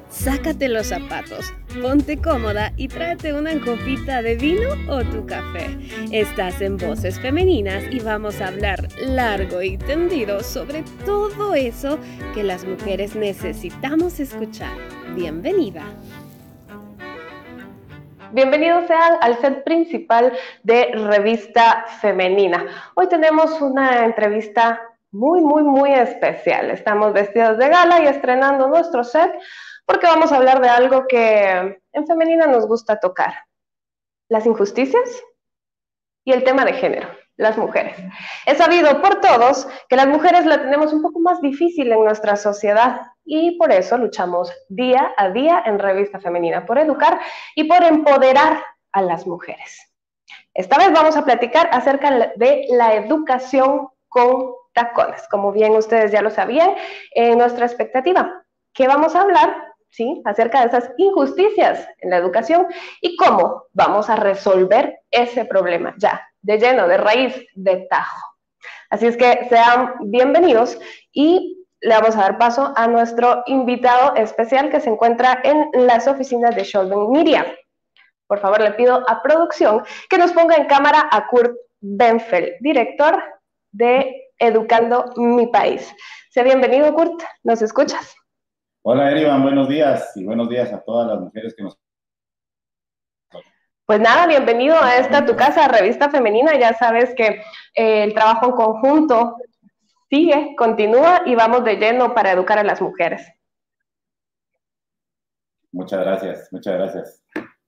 Sácate los zapatos, ponte cómoda y tráete una copita de vino o tu café. Estás en Voces Femeninas y vamos a hablar largo y tendido sobre todo eso que las mujeres necesitamos escuchar. Bienvenida. Bienvenidos sean al set principal de Revista Femenina. Hoy tenemos una entrevista muy especial. Estamos vestidos de gala y estrenando nuestro set porque vamos a hablar de algo que en Femenina nos gusta tocar: las injusticias y el tema de género, las mujeres. Es sabido por todos que las mujeres la tenemos un poco más difícil en nuestra sociedad y por eso luchamos día a día en Revista Femenina, por educar y por empoderar a las mujeres. Esta vez vamos a platicar acerca de la educación con tacones, como bien ustedes ya lo sabían en nuestra expectativa. ¿Qué vamos a hablar? ¿Sí? Acerca de esas injusticias en la educación y cómo vamos a resolver ese problema ya, de lleno, de raíz, de tajo. Así es que sean bienvenidos y le vamos a dar paso a nuestro invitado especial que se encuentra en las oficinas de Scholven Media. Por favor, le pido a producción que nos ponga en cámara a Kurt Benfeld, director de Educando Mi País. Sea bienvenido, Kurt, ¿nos escuchas? Hola, Erivan, buenos días y buenos días a todas las mujeres que nos... Pues nada, bienvenido a esta tu casa, Revista Femenina. Ya sabes que el trabajo en conjunto sigue, continúa y vamos de lleno para educar a las mujeres. Muchas gracias, muchas gracias.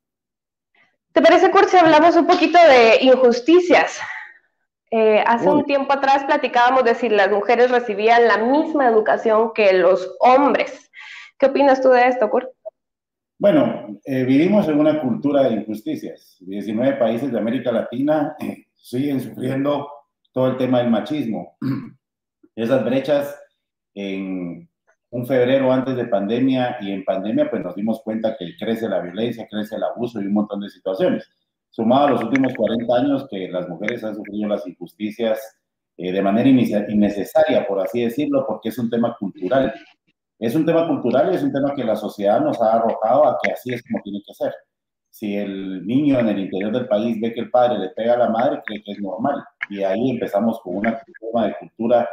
¿Te parece, Kurt, si hablamos un poquito de injusticias? Hace un tiempo atrás platicábamos de si las mujeres recibían la misma educación que los hombres. ¿Qué opinas tú de esto, Kurt? Bueno, vivimos en una cultura de injusticias. 19 países de América Latina siguen sufriendo todo el tema del machismo. Esas brechas en un febrero antes de pandemia y en pandemia, pues nos dimos cuenta que crece la violencia, crece el abuso y un montón de situaciones. Sumado a los últimos 40 años que las mujeres han sufrido las injusticias de manera innecesaria, por así decirlo, porque es un tema cultural. Es un tema cultural y es un tema que la sociedad nos ha arrojado a que así es como tiene que ser. Si el niño en el interior del país ve que el padre le pega a la madre, cree que es normal. Y ahí empezamos con una forma de cultura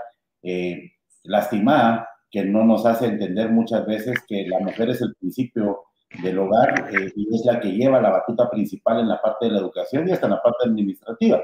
lastimada que no nos hace entender muchas veces que la mujer es el principio del hogar y es la que lleva la batuta principal en la parte de la educación y hasta en la parte administrativa.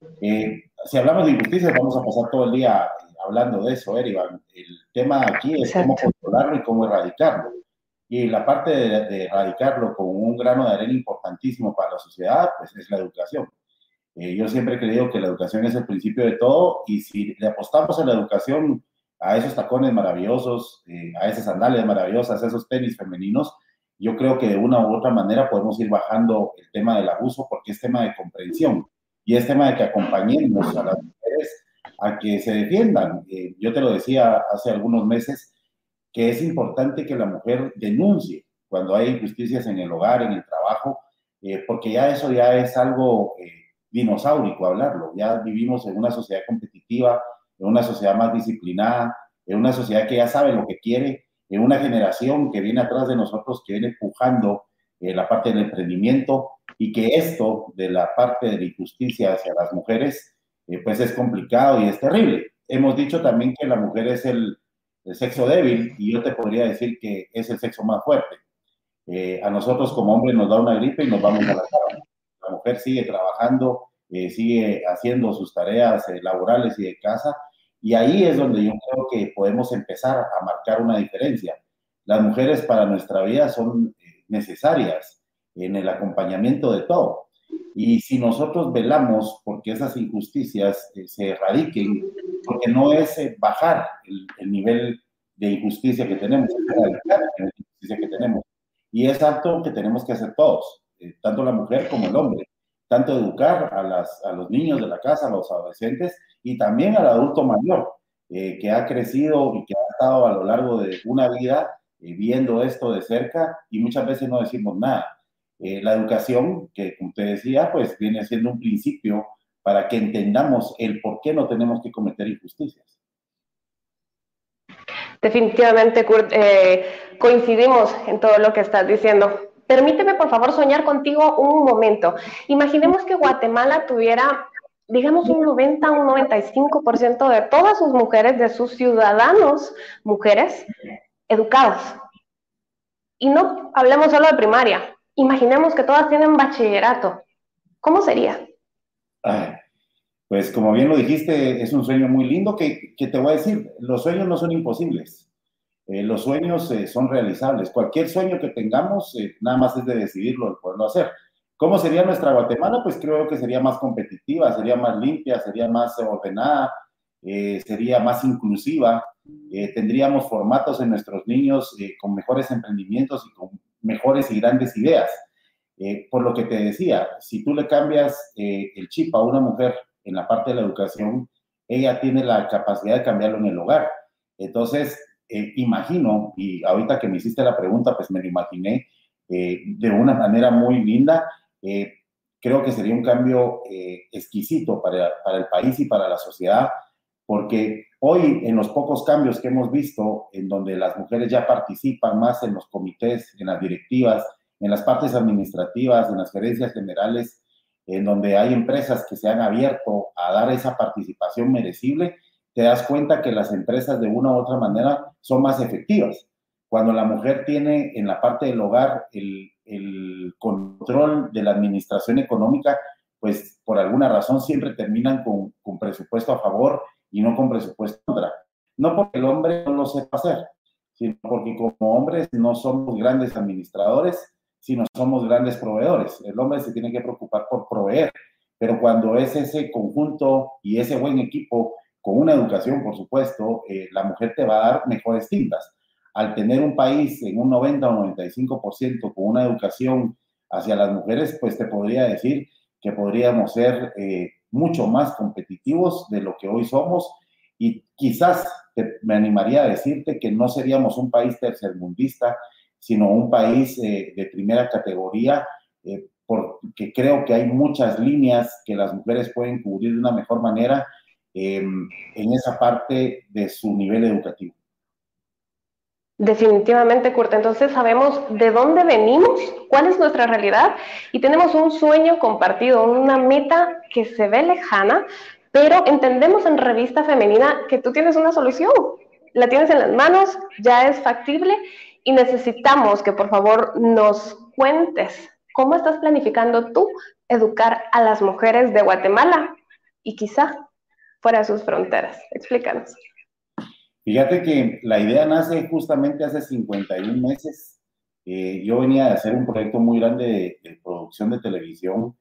Si hablamos de injusticias, vamos a pasar todo el día hablando de eso, Erivan. El tema aquí es cómo controlarlo y cómo erradicarlo. Y la parte de erradicarlo con un grano de arena importantísimo para la sociedad, pues es la educación. Yo siempre he creído que la educación es el principio de todo y si le apostamos a la educación, a esos tacones maravillosos, a esas sandalias maravillosas, a esos tenis femeninos, yo creo que de una u otra manera podemos ir bajando el tema del abuso porque es tema de comprensión y es tema de que acompañemos a las mujeres a que se defiendan. Yo te lo decía hace algunos meses que es importante que la mujer denuncie cuando hay injusticias en el hogar, en el trabajo, porque ya eso ya es algo dinosaurico hablarlo. Ya vivimos en una sociedad competitiva, en una sociedad más disciplinada, en una sociedad que ya sabe lo que quiere, en una generación que viene atrás de nosotros, que viene empujando la parte del emprendimiento y que esto de la parte de la injusticia hacia las mujeres, pues es complicado y es terrible. Hemos dicho también que la mujer es el sexo débil y yo te podría decir que es el sexo más fuerte. A nosotros como hombres nos da una gripe y nos vamos a la cama. La mujer sigue trabajando, sigue haciendo sus tareas laborales y de casa y ahí es donde yo creo que podemos empezar a marcar una diferencia. Las mujeres para nuestra vida son necesarias en el acompañamiento de todo. Y si nosotros velamos porque esas injusticias se erradiquen, porque no es bajar el nivel de injusticia que tenemos, es erradicar el nivel de injusticia que tenemos. Y es algo que tenemos que hacer todos, tanto la mujer como el hombre. Tanto educar a los niños de la casa, a los adolescentes y también al adulto mayor, que ha crecido y que ha estado a lo largo de una vida viendo esto de cerca y muchas veces no decimos nada. La educación, que como te decía, pues viene siendo un principio para que entendamos el por qué no tenemos que cometer injusticias. Definitivamente, Kurt, coincidimos en todo lo que estás diciendo. Permíteme, por favor, soñar contigo un momento. Imaginemos que Guatemala tuviera, digamos, un 90, un 95% de todas sus mujeres, de sus ciudadanos, mujeres, educados. Y no hablemos solo de primaria. Imaginemos que todas tienen bachillerato. ¿Cómo sería? Ay, pues como bien lo dijiste, es un sueño muy lindo que te voy a decir, los sueños no son imposibles. Los sueños son realizables. Cualquier sueño que tengamos, nada más es de decidirlo, de poderlo hacer. ¿Cómo sería nuestra Guatemala? Pues creo que sería más competitiva, sería más limpia, sería más ordenada, sería más inclusiva. Tendríamos formatos en nuestros niños con mejores emprendimientos y con mejores y grandes ideas. Por lo que te decía, si tú le cambias el chip a una mujer en la parte de la educación, ella tiene la capacidad de cambiarlo en el hogar. Entonces, imagino, y ahorita que me hiciste la pregunta, pues me lo imaginé de una manera muy linda. Creo que sería un cambio exquisito para el país y para la sociedad, porque hoy en los pocos cambios que hemos visto, en donde las mujeres ya participan más en los comités, en las directivas, en las partes administrativas, en las gerencias generales, en donde hay empresas que se han abierto a dar esa participación merecible, te das cuenta que las empresas de una u otra manera son más efectivas. Cuando la mujer tiene en la parte del hogar el control de la administración económica, pues por alguna razón siempre terminan con presupuesto a favor y no con presupuesto en contra. No porque el hombre no lo sepa hacer, sino porque como hombres no somos grandes administradores, sino somos grandes proveedores. El hombre se tiene que preocupar por proveer, pero cuando es ese conjunto y ese buen equipo, con una educación, por supuesto, la mujer te va a dar mejores tintas. Al tener un país en un 90 o 95% con una educación hacia las mujeres, pues te podría decir que podríamos ser mucho más competitivos de lo que hoy somos y quizás me animaría a decirte que no seríamos un país tercermundista, sino un país de primera categoría, porque creo que hay muchas líneas que las mujeres pueden cubrir de una mejor manera en esa parte de su nivel educativo. Definitivamente, Kurt. Entonces sabemos de dónde venimos, cuál es nuestra realidad y tenemos un sueño compartido, una meta que se ve lejana, pero entendemos en Revista Femenina que tú tienes una solución, la tienes en las manos, ya es factible y necesitamos que por favor nos cuentes cómo estás planificando tú educar a las mujeres de Guatemala y quizá fuera de sus fronteras. Explícanos. Fíjate que la idea nace justamente hace 51 meses. Yo venía de hacer un proyecto muy grande de producción de televisión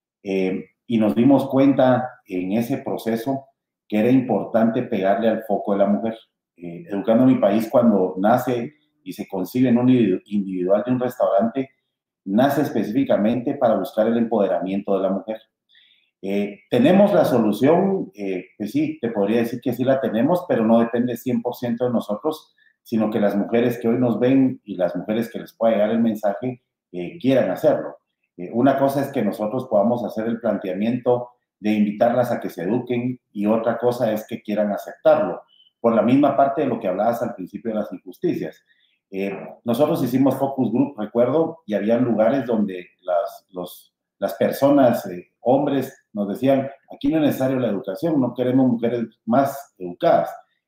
y nos dimos cuenta en ese proceso que era importante pegarle al foco de la mujer. Educando mi país, cuando nace y se concibe en un individual de un restaurante, nace específicamente para buscar el empoderamiento de la mujer. ¿Tenemos la solución? Pues sí, te podría decir que sí la tenemos, pero no depende 100% de nosotros, sino que las mujeres que hoy nos ven y las mujeres que les pueda llegar el mensaje quieran hacerlo. Una cosa es que nosotros podamos hacer el planteamiento de invitarlas a que se eduquen y otra cosa es que quieran aceptarlo, por la misma parte de lo que hablabas al principio de las injusticias. Nosotros hicimos focus group, recuerdo, y había lugares donde las personas, hombres, nos decían, aquí no es necesario la educación, no queremos mujeres más educadas.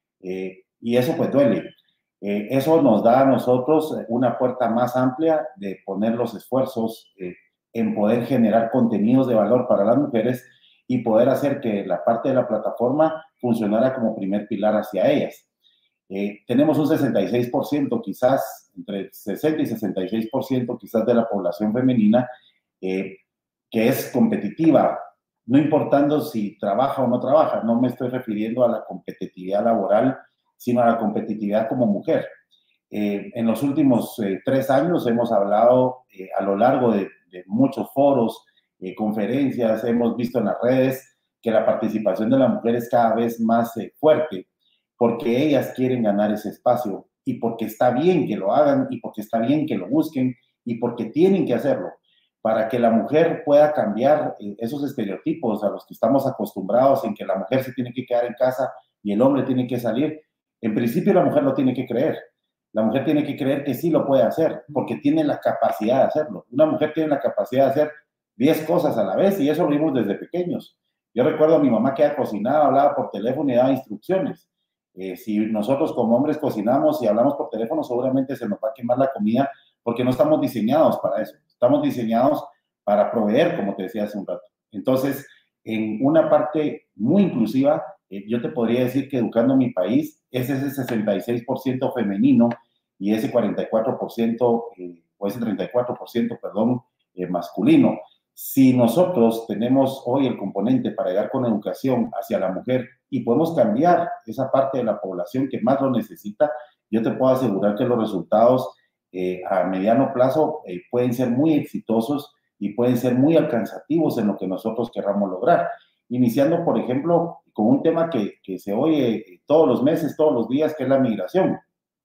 Y eso pues duele. Eso nos da a nosotros una puerta más amplia de poner los esfuerzos en poder generar contenidos de valor para las mujeres y poder hacer que la parte de la plataforma funcionara como primer pilar hacia ellas. Tenemos un 66%, quizás, entre 60 y 66% quizás de la población femenina que es competitiva, no importando si trabaja o no trabaja. No me estoy refiriendo a la competitividad laboral, sino a la competitividad como mujer. En los últimos 3 años hemos hablado a lo largo de muchos foros, conferencias, hemos visto en las redes que la participación de la mujer es cada vez más fuerte, porque ellas quieren ganar ese espacio y porque está bien que lo hagan y porque está bien que lo busquen y porque tienen que hacerlo. Para que la mujer pueda cambiar esos estereotipos a los que estamos acostumbrados en que la mujer se tiene que quedar en casa y el hombre tiene que salir, En principio la mujer lo tiene que creer. La mujer tiene que creer que sí lo puede hacer, porque tiene la capacidad de hacerlo. Una mujer tiene la capacidad de hacer 10 cosas a la vez, y eso lo vimos desde pequeños. Yo recuerdo a mi mamá que ella cocinaba, hablaba por teléfono y daba instrucciones. Si nosotros como hombres cocinamos y hablamos por teléfono, seguramente se nos va a quemar la comida, porque no estamos diseñados para eso. Estamos diseñados para proveer, como te decía hace un rato. Entonces, en una parte muy inclusiva, yo te podría decir que Educando Mi País es ese 66% femenino y ese 44%, o ese 34%, perdón, masculino. Si nosotros tenemos hoy el componente para llegar con educación hacia la mujer y podemos cambiar esa parte de la población que más lo necesita, yo te puedo asegurar que los resultados a mediano plazo pueden ser muy exitosos y pueden ser muy alcanzativos en lo que nosotros querramos lograr. Iniciando, por ejemplo, con un tema que se oye todos los meses, todos los días, que es la migración.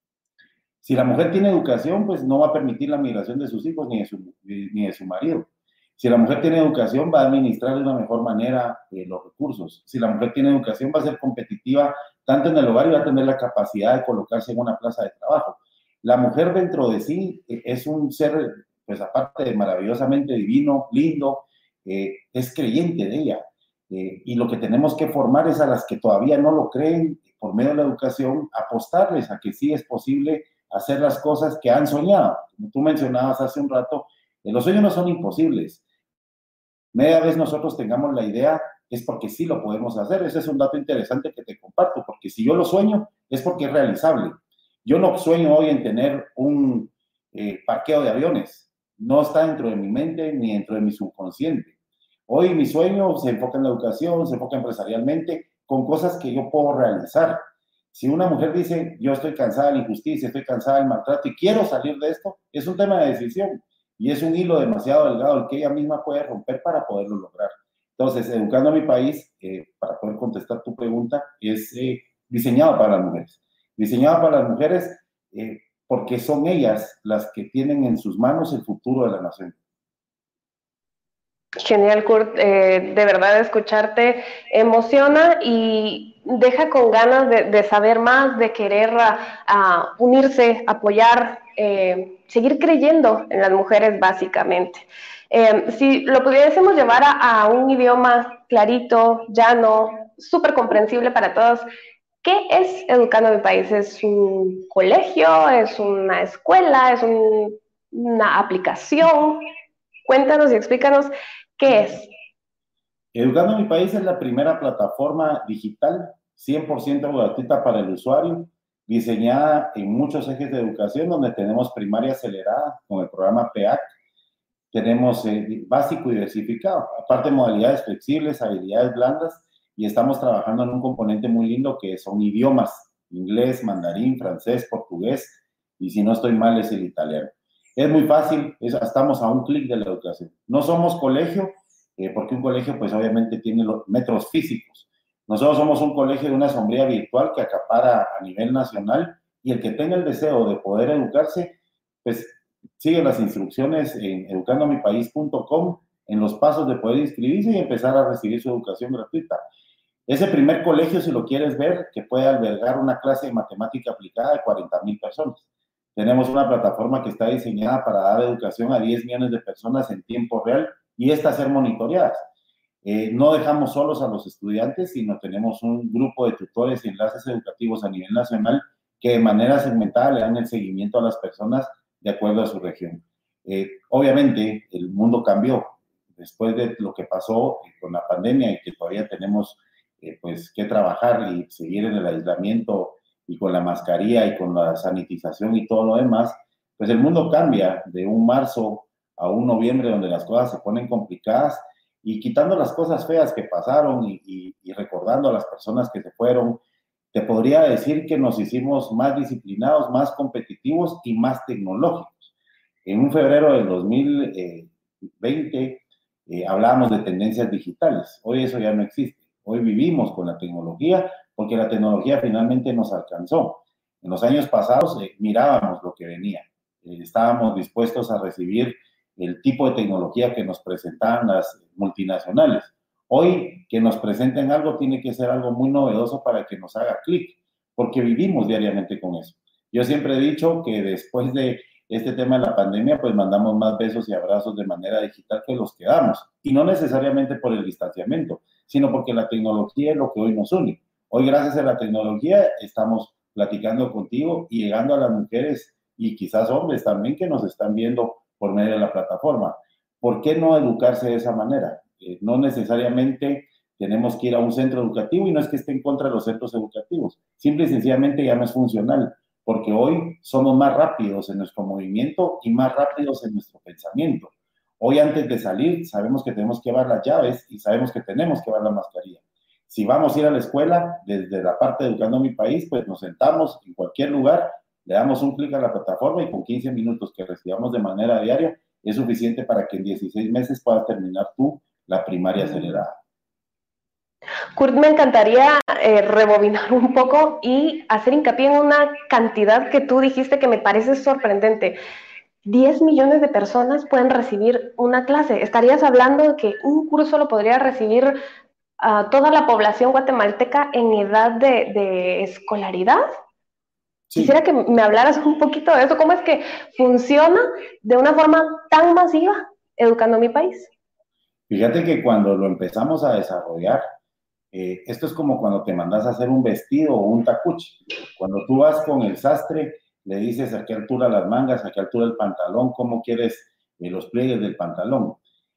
Si la mujer tiene educación, pues no va a permitir la migración de sus hijos ni de su marido. Si la mujer tiene educación, va a administrar de una mejor manera los recursos. Si la mujer tiene educación, va a ser competitiva tanto en el hogar y va a tener la capacidad de colocarse en una plaza de trabajo. La mujer dentro de sí es un ser, pues aparte de maravillosamente divino, lindo, es creyente de ella. Y lo que tenemos que formar es a las que todavía no lo creen, por medio de la educación, apostarles a que sí es posible hacer las cosas que han soñado. Como tú mencionabas hace un rato, los sueños no son imposibles. Media vez nosotros tengamos la idea, es porque sí lo podemos hacer. Ese es un dato interesante que te comparto, porque si yo lo sueño, es porque es realizable. Yo no sueño hoy en tener un parqueo de aviones. No está dentro de mi mente ni dentro de mi subconsciente. Hoy mi sueño se enfoca en la educación, se enfoca empresarialmente, con cosas que yo puedo realizar. Si una mujer dice, yo estoy cansada de la injusticia, estoy cansada del maltrato y quiero salir de esto, es un tema de decisión. Y es un hilo demasiado delgado el que ella misma puede romper para poderlo lograr. Entonces, Educando a Mi País, para poder contestar tu pregunta, es diseñado para las mujeres. Diseñado para las mujeres porque son ellas las que tienen en sus manos el futuro de la nación. Genial, Kurt. De verdad escucharte emociona y deja con ganas de saber más, de querer unirse, apoyar, seguir creyendo en las mujeres básicamente. Si lo pudiésemos llevar a un idioma clarito, llano, súper comprensible para todos, ¿qué es Educando a Mi País? ¿Es un colegio? ¿Es una escuela? ¿Es una aplicación? Cuéntanos y explícanos qué es. Educando a Mi País es la primera plataforma digital 100% gratuita para el usuario, diseñada en muchos ejes de educación, donde tenemos primaria acelerada con el programa PEAC, tenemos básico y diversificado, aparte modalidades flexibles, habilidades blandas, y estamos trabajando en un componente muy lindo que son idiomas, inglés, mandarín, francés, portugués, y si no estoy mal es el italiano. Es muy fácil, estamos a un clic de la educación. No somos colegio, porque un colegio pues obviamente tiene los metros físicos. Nosotros somos un colegio de una sombría virtual que acapara a nivel nacional, y el que tenga el deseo de poder educarse, pues sigue las instrucciones en educandomipaís.com, en los pasos de poder inscribirse y empezar a recibir su educación gratuita. Ese primer colegio, si lo quieres ver, que puede albergar una clase de matemática aplicada de 40,000 personas. Tenemos una plataforma que está diseñada para dar educación a 10 millones de personas en tiempo real y estas ser monitoreadas. No dejamos solos a los estudiantes, sino tenemos un grupo de tutores y enlaces educativos a nivel nacional que de manera segmentada le dan el seguimiento a las personas de acuerdo a su región. Obviamente, el mundo cambió después de lo que pasó con la pandemia y que todavía tenemos pues que trabajar y seguir en el aislamiento y con la mascarilla y con la sanitización y todo lo demás, pues el mundo cambia de un marzo a un noviembre donde las cosas se ponen complicadas, y quitando las cosas feas que pasaron y recordando a las personas que se fueron, te podría decir que nos hicimos más disciplinados, más competitivos y más tecnológicos. En un febrero del 2020 hablábamos de tendencias digitales. Hoy eso ya no existe. Hoy vivimos con la tecnología porque la tecnología finalmente nos alcanzó. En los años pasados mirábamos lo que venía. Estábamos dispuestos a recibir el tipo de tecnología que nos presentaban las multinacionales. Hoy, que nos presenten algo tiene que ser algo muy novedoso para que nos haga clic, porque vivimos diariamente con eso. Yo siempre he dicho que después de este tema de la pandemia, pues mandamos más besos y abrazos de manera digital que los que damos, y no necesariamente por el distanciamiento, sino porque la tecnología es lo que hoy nos une. Hoy, gracias a la tecnología, estamos platicando contigo y llegando a las mujeres y quizás hombres también que nos están viendo por medio de la plataforma. ¿Por qué no educarse de esa manera? No necesariamente tenemos que ir a un centro educativo, y no es que esté en contra de los centros educativos, simple y sencillamente ya no es funcional, porque hoy somos más rápidos en nuestro movimiento y más rápidos en nuestro pensamiento. Hoy, antes de salir, sabemos que tenemos que llevar las llaves y sabemos que tenemos que llevar la mascarilla. Si vamos a ir a la escuela, desde la parte de Educando Mi País, pues nos sentamos en cualquier lugar, le damos un clic a la plataforma y con 15 minutos que recibamos de manera diaria es suficiente para que en 16 meses puedas terminar tú la primaria acelerada. Kurt, me encantaría rebobinar un poco y hacer hincapié en una cantidad que tú dijiste que me parece sorprendente. 10 millones de personas pueden recibir una clase. ¿Estarías hablando de que un curso lo podría recibir toda la población guatemalteca en edad de escolaridad? Sí. Quisiera que me hablaras un poquito de eso. ¿Cómo es que funciona de una forma tan masiva Educando Mi País? Fíjate que cuando lo empezamos a desarrollar, esto es como cuando te mandas a hacer un vestido o un tacuche. Cuando tú vas con el sastre, le dices a qué altura las mangas, a qué altura el pantalón, cómo quieres los pliegues del pantalón.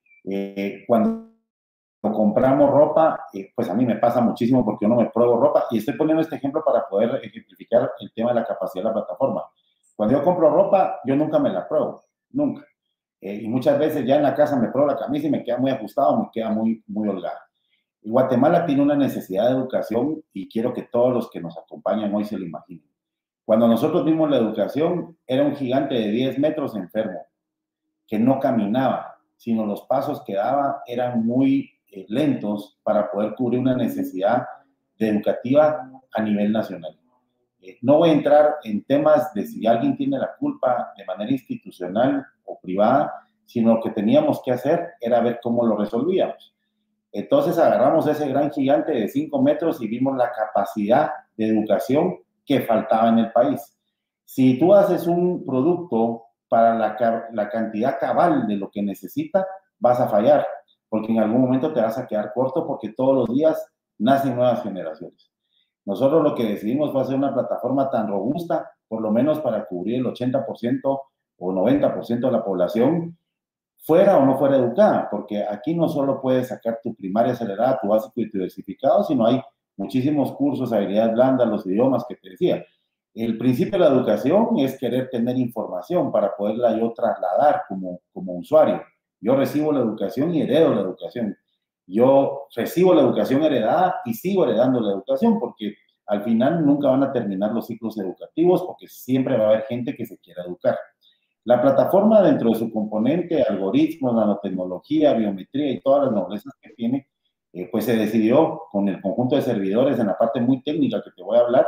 Cuando compramos ropa, pues a mí me pasa muchísimo porque yo no me pruebo ropa, y estoy poniendo este ejemplo para poder ejemplificar el tema de la capacidad de la plataforma. Cuando yo compro ropa, yo nunca me la pruebo, nunca. Y muchas veces ya en la casa me pruebo la camisa y me queda muy ajustado, me queda muy holgada. Y Guatemala tiene una necesidad de educación, y quiero que todos los que nos acompañan hoy se lo imaginen. Cuando nosotros vimos la educación, era un gigante de 10 metros enfermo, que no caminaba, sino los pasos que daba eran muy lentos para poder cubrir una necesidad educativa a nivel nacional. No voy a entrar en temas de si alguien tiene la culpa de manera institucional o privada, sino lo que teníamos que hacer era ver cómo lo resolvíamos. Entonces agarramos ese gran gigante de 5 metros y vimos la capacidad de educación que faltaba en el país. Si tú haces un producto para la cantidad cabal de lo que necesita, vas a fallar, porque en algún momento te vas a quedar corto, porque todos los días nacen nuevas generaciones. Nosotros lo que decidimos fue hacer una plataforma tan robusta, por lo menos para cubrir el 80% o 90% de la población, fuera o no fuera educada, porque aquí no solo puedes sacar tu primaria acelerada, tu básico y tu diversificado, sino hay muchísimos cursos, habilidades blandas, los idiomas que te decía. El principio de la educación es querer tener información para poderla yo trasladar como usuario. Yo recibo la educación y heredo la educación. Yo recibo la educación heredada y sigo heredando la educación, porque al final nunca van a terminar los ciclos educativos, porque siempre va a haber gente que se quiera educar. La plataforma, dentro de su componente, algoritmos, nanotecnología, biometría y todas las noblezas que tiene, pues se decidió con el conjunto de servidores en la parte muy técnica que te voy a hablar,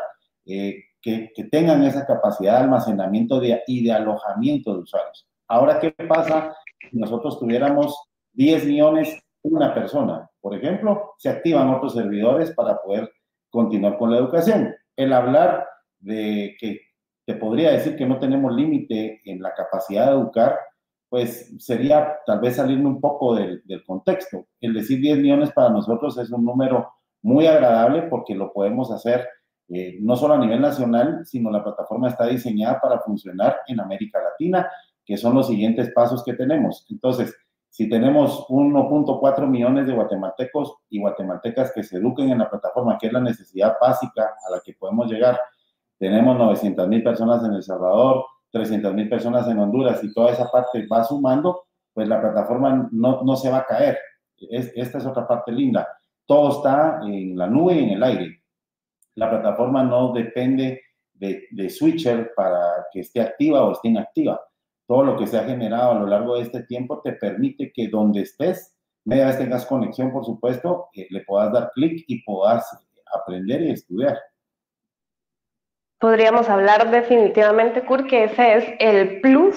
que tengan esa capacidad de almacenamiento y de alojamiento de usuarios. Ahora, ¿qué pasa si nosotros tuviéramos 10 millones una persona? Por ejemplo, se activan otros servidores para poder continuar con la educación. El hablar de que te podría decir que no tenemos límite en la capacidad de educar, pues sería tal vez salirme un poco del contexto. El decir 10 millones para nosotros es un número muy agradable, porque lo podemos hacer no solo a nivel nacional, sino la plataforma está diseñada para funcionar en América Latina, que son los siguientes pasos que tenemos. Entonces, si tenemos 1.4 millones de guatemaltecos y guatemaltecas que se eduquen en la plataforma, que es la necesidad básica a la que podemos llegar, tenemos 900,000 personas en El Salvador, 300,000 personas en Honduras, y toda esa parte va sumando, pues la plataforma no se va a caer. Esta es otra parte linda. Todo está en la nube y en el aire. La plataforma no depende de switcher para que esté activa o esté inactiva. Todo lo que se ha generado a lo largo de este tiempo te permite que donde estés, media vez tengas conexión, por supuesto, le puedas dar clic y puedas aprender y estudiar. Podríamos hablar definitivamente, Kurt, que ese es el plus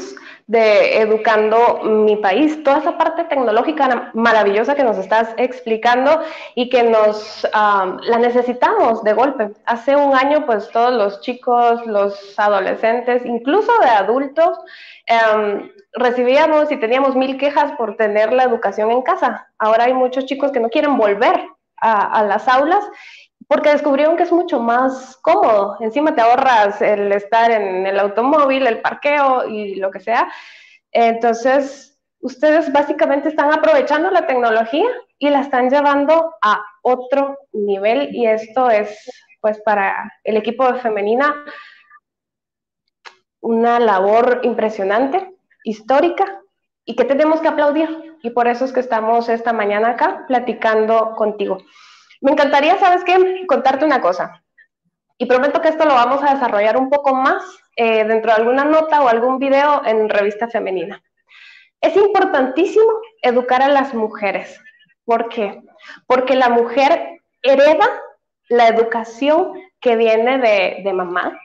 de Educando Mi País, toda esa parte tecnológica maravillosa que nos estás explicando y que la necesitamos de golpe. Hace un año, pues todos los chicos, los adolescentes, incluso de adultos, recibíamos y teníamos 1000 quejas por tener la educación en casa. Ahora hay muchos chicos que no quieren volver a las aulas porque descubrieron que es mucho más cómodo. Encima te ahorras el estar en el automóvil, el parqueo y lo que sea. Entonces, ustedes básicamente están aprovechando la tecnología y la están llevando a otro nivel, y esto es, pues, para el equipo de Femenina una labor impresionante, histórica, y que tenemos que aplaudir. Y por eso es que estamos esta mañana acá platicando contigo. Me encantaría, ¿sabes qué? Contarte una cosa. Y prometo que esto lo vamos a desarrollar un poco más dentro de alguna nota o algún video en Revista Femenina. Es importantísimo educar a las mujeres. ¿Por qué? Porque la mujer hereda la educación que viene de mamá.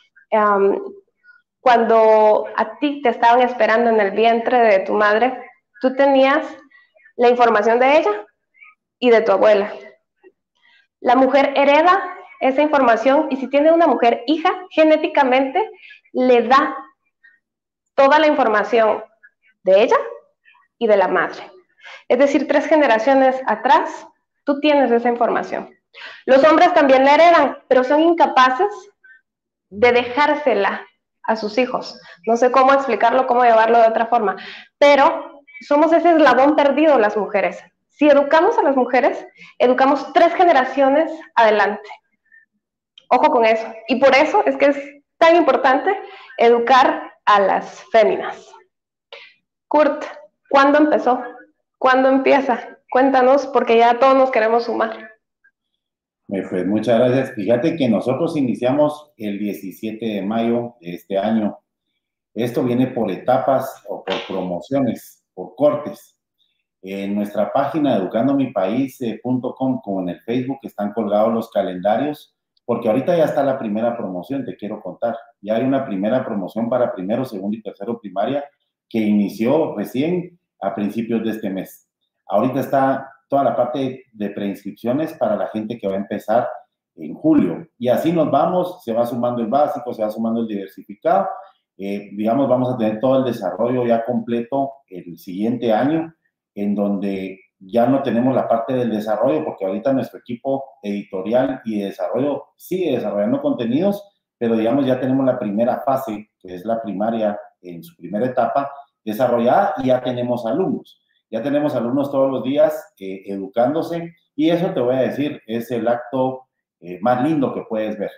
Cuando a ti te estaban esperando en el vientre de tu madre, tú tenías la información de ella y de tu abuela. La mujer hereda esa información, y si tiene una mujer hija, genéticamente le da toda la información de ella y de la madre. Es decir, 3 generaciones atrás, tú tienes esa información. Los hombres también la heredan, pero son incapaces de dejársela a sus hijos. No sé cómo explicarlo, cómo llevarlo de otra forma, pero somos ese eslabón perdido las mujeres. Si educamos a las mujeres, educamos 3 generaciones adelante. Ojo con eso. Y por eso es que es tan importante educar a las féminas. Kurt, ¿cuándo empezó? ¿Cuándo empieza? Cuéntanos, porque ya todos nos queremos sumar. Pues muchas gracias. Fíjate que nosotros iniciamos el 17 de mayo de este año. Esto viene por etapas o por promociones, por cortes. En nuestra página educandomipaís.com, como en el Facebook, están colgados los calendarios, porque ahorita ya está la primera promoción, te quiero contar. Ya hay una primera promoción para primero, segundo y tercero primaria que inició recién a principios de este mes. Ahorita está toda la parte de preinscripciones para la gente que va a empezar en julio. Y así nos vamos, se va sumando el básico, se va sumando el diversificado. Digamos, vamos a tener todo el desarrollo ya completo el siguiente año, en donde ya no tenemos la parte del desarrollo, porque ahorita nuestro equipo editorial y de desarrollo sigue desarrollando contenidos, pero digamos ya tenemos la primera fase, que es la primaria en su primera etapa, desarrollada, y ya tenemos alumnos. Ya tenemos alumnos todos los días educándose, y eso te voy a decir, es el acto más lindo que puedes ver.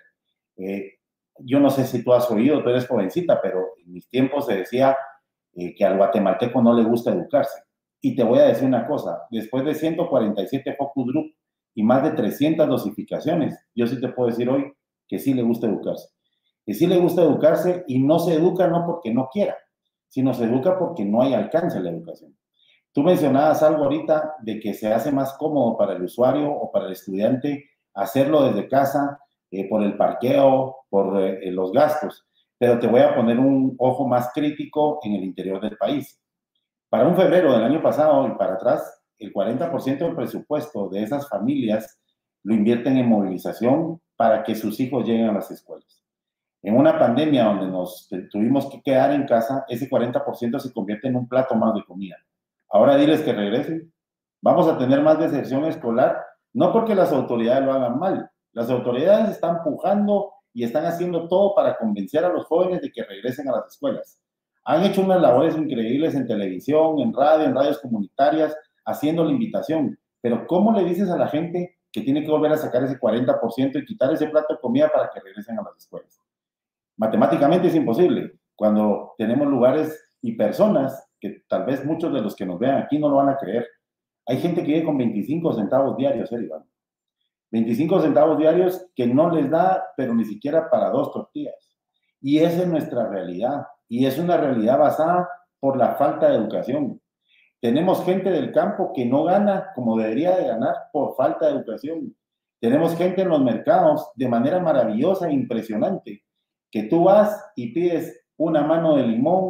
Yo no sé si tú has oído, tú eres jovencita, pero en mis tiempos se decía que al guatemalteco no le gusta educarse. Y te voy a decir una cosa, después de 147 focus group y más de 300 dosificaciones, yo sí te puedo decir hoy que sí le gusta educarse. Que sí le gusta educarse, y no se educa no porque no quiera, sino se educa porque no hay alcance a la educación. Tú mencionabas algo ahorita de que se hace más cómodo para el usuario o para el estudiante hacerlo desde casa, por el parqueo, por los gastos, pero te voy a poner un ojo más crítico en el interior del país. Para un febrero del año pasado y para atrás, el 40% del presupuesto de esas familias lo invierten en movilización para que sus hijos lleguen a las escuelas. En una pandemia donde nos tuvimos que quedar en casa, ese 40% se convierte en un plato más de comida. Ahora diles que regresen. Vamos a tener más deserción escolar, no porque las autoridades lo hagan mal. Las autoridades están empujando y están haciendo todo para convencer a los jóvenes de que regresen a las escuelas. Han hecho unas labores increíbles en televisión, en radio, en radios comunitarias, haciendo la invitación. Pero ¿cómo le dices a la gente que tiene que volver a sacar ese 40% y quitar ese plato de comida para que regresen a las escuelas? Matemáticamente es imposible. Cuando tenemos lugares y personas que tal vez muchos de los que nos vean aquí no lo van a creer. Hay gente que vive con 25 centavos diarios, Iván. 25 centavos diarios que no les da, pero ni siquiera para 2 tortillas. Y esa es nuestra realidad. Y es una realidad basada por la falta de educación. Tenemos gente del campo que no gana como debería de ganar por falta de educación. Tenemos gente en los mercados de manera maravillosa e impresionante, que tú vas y pides una mano de limón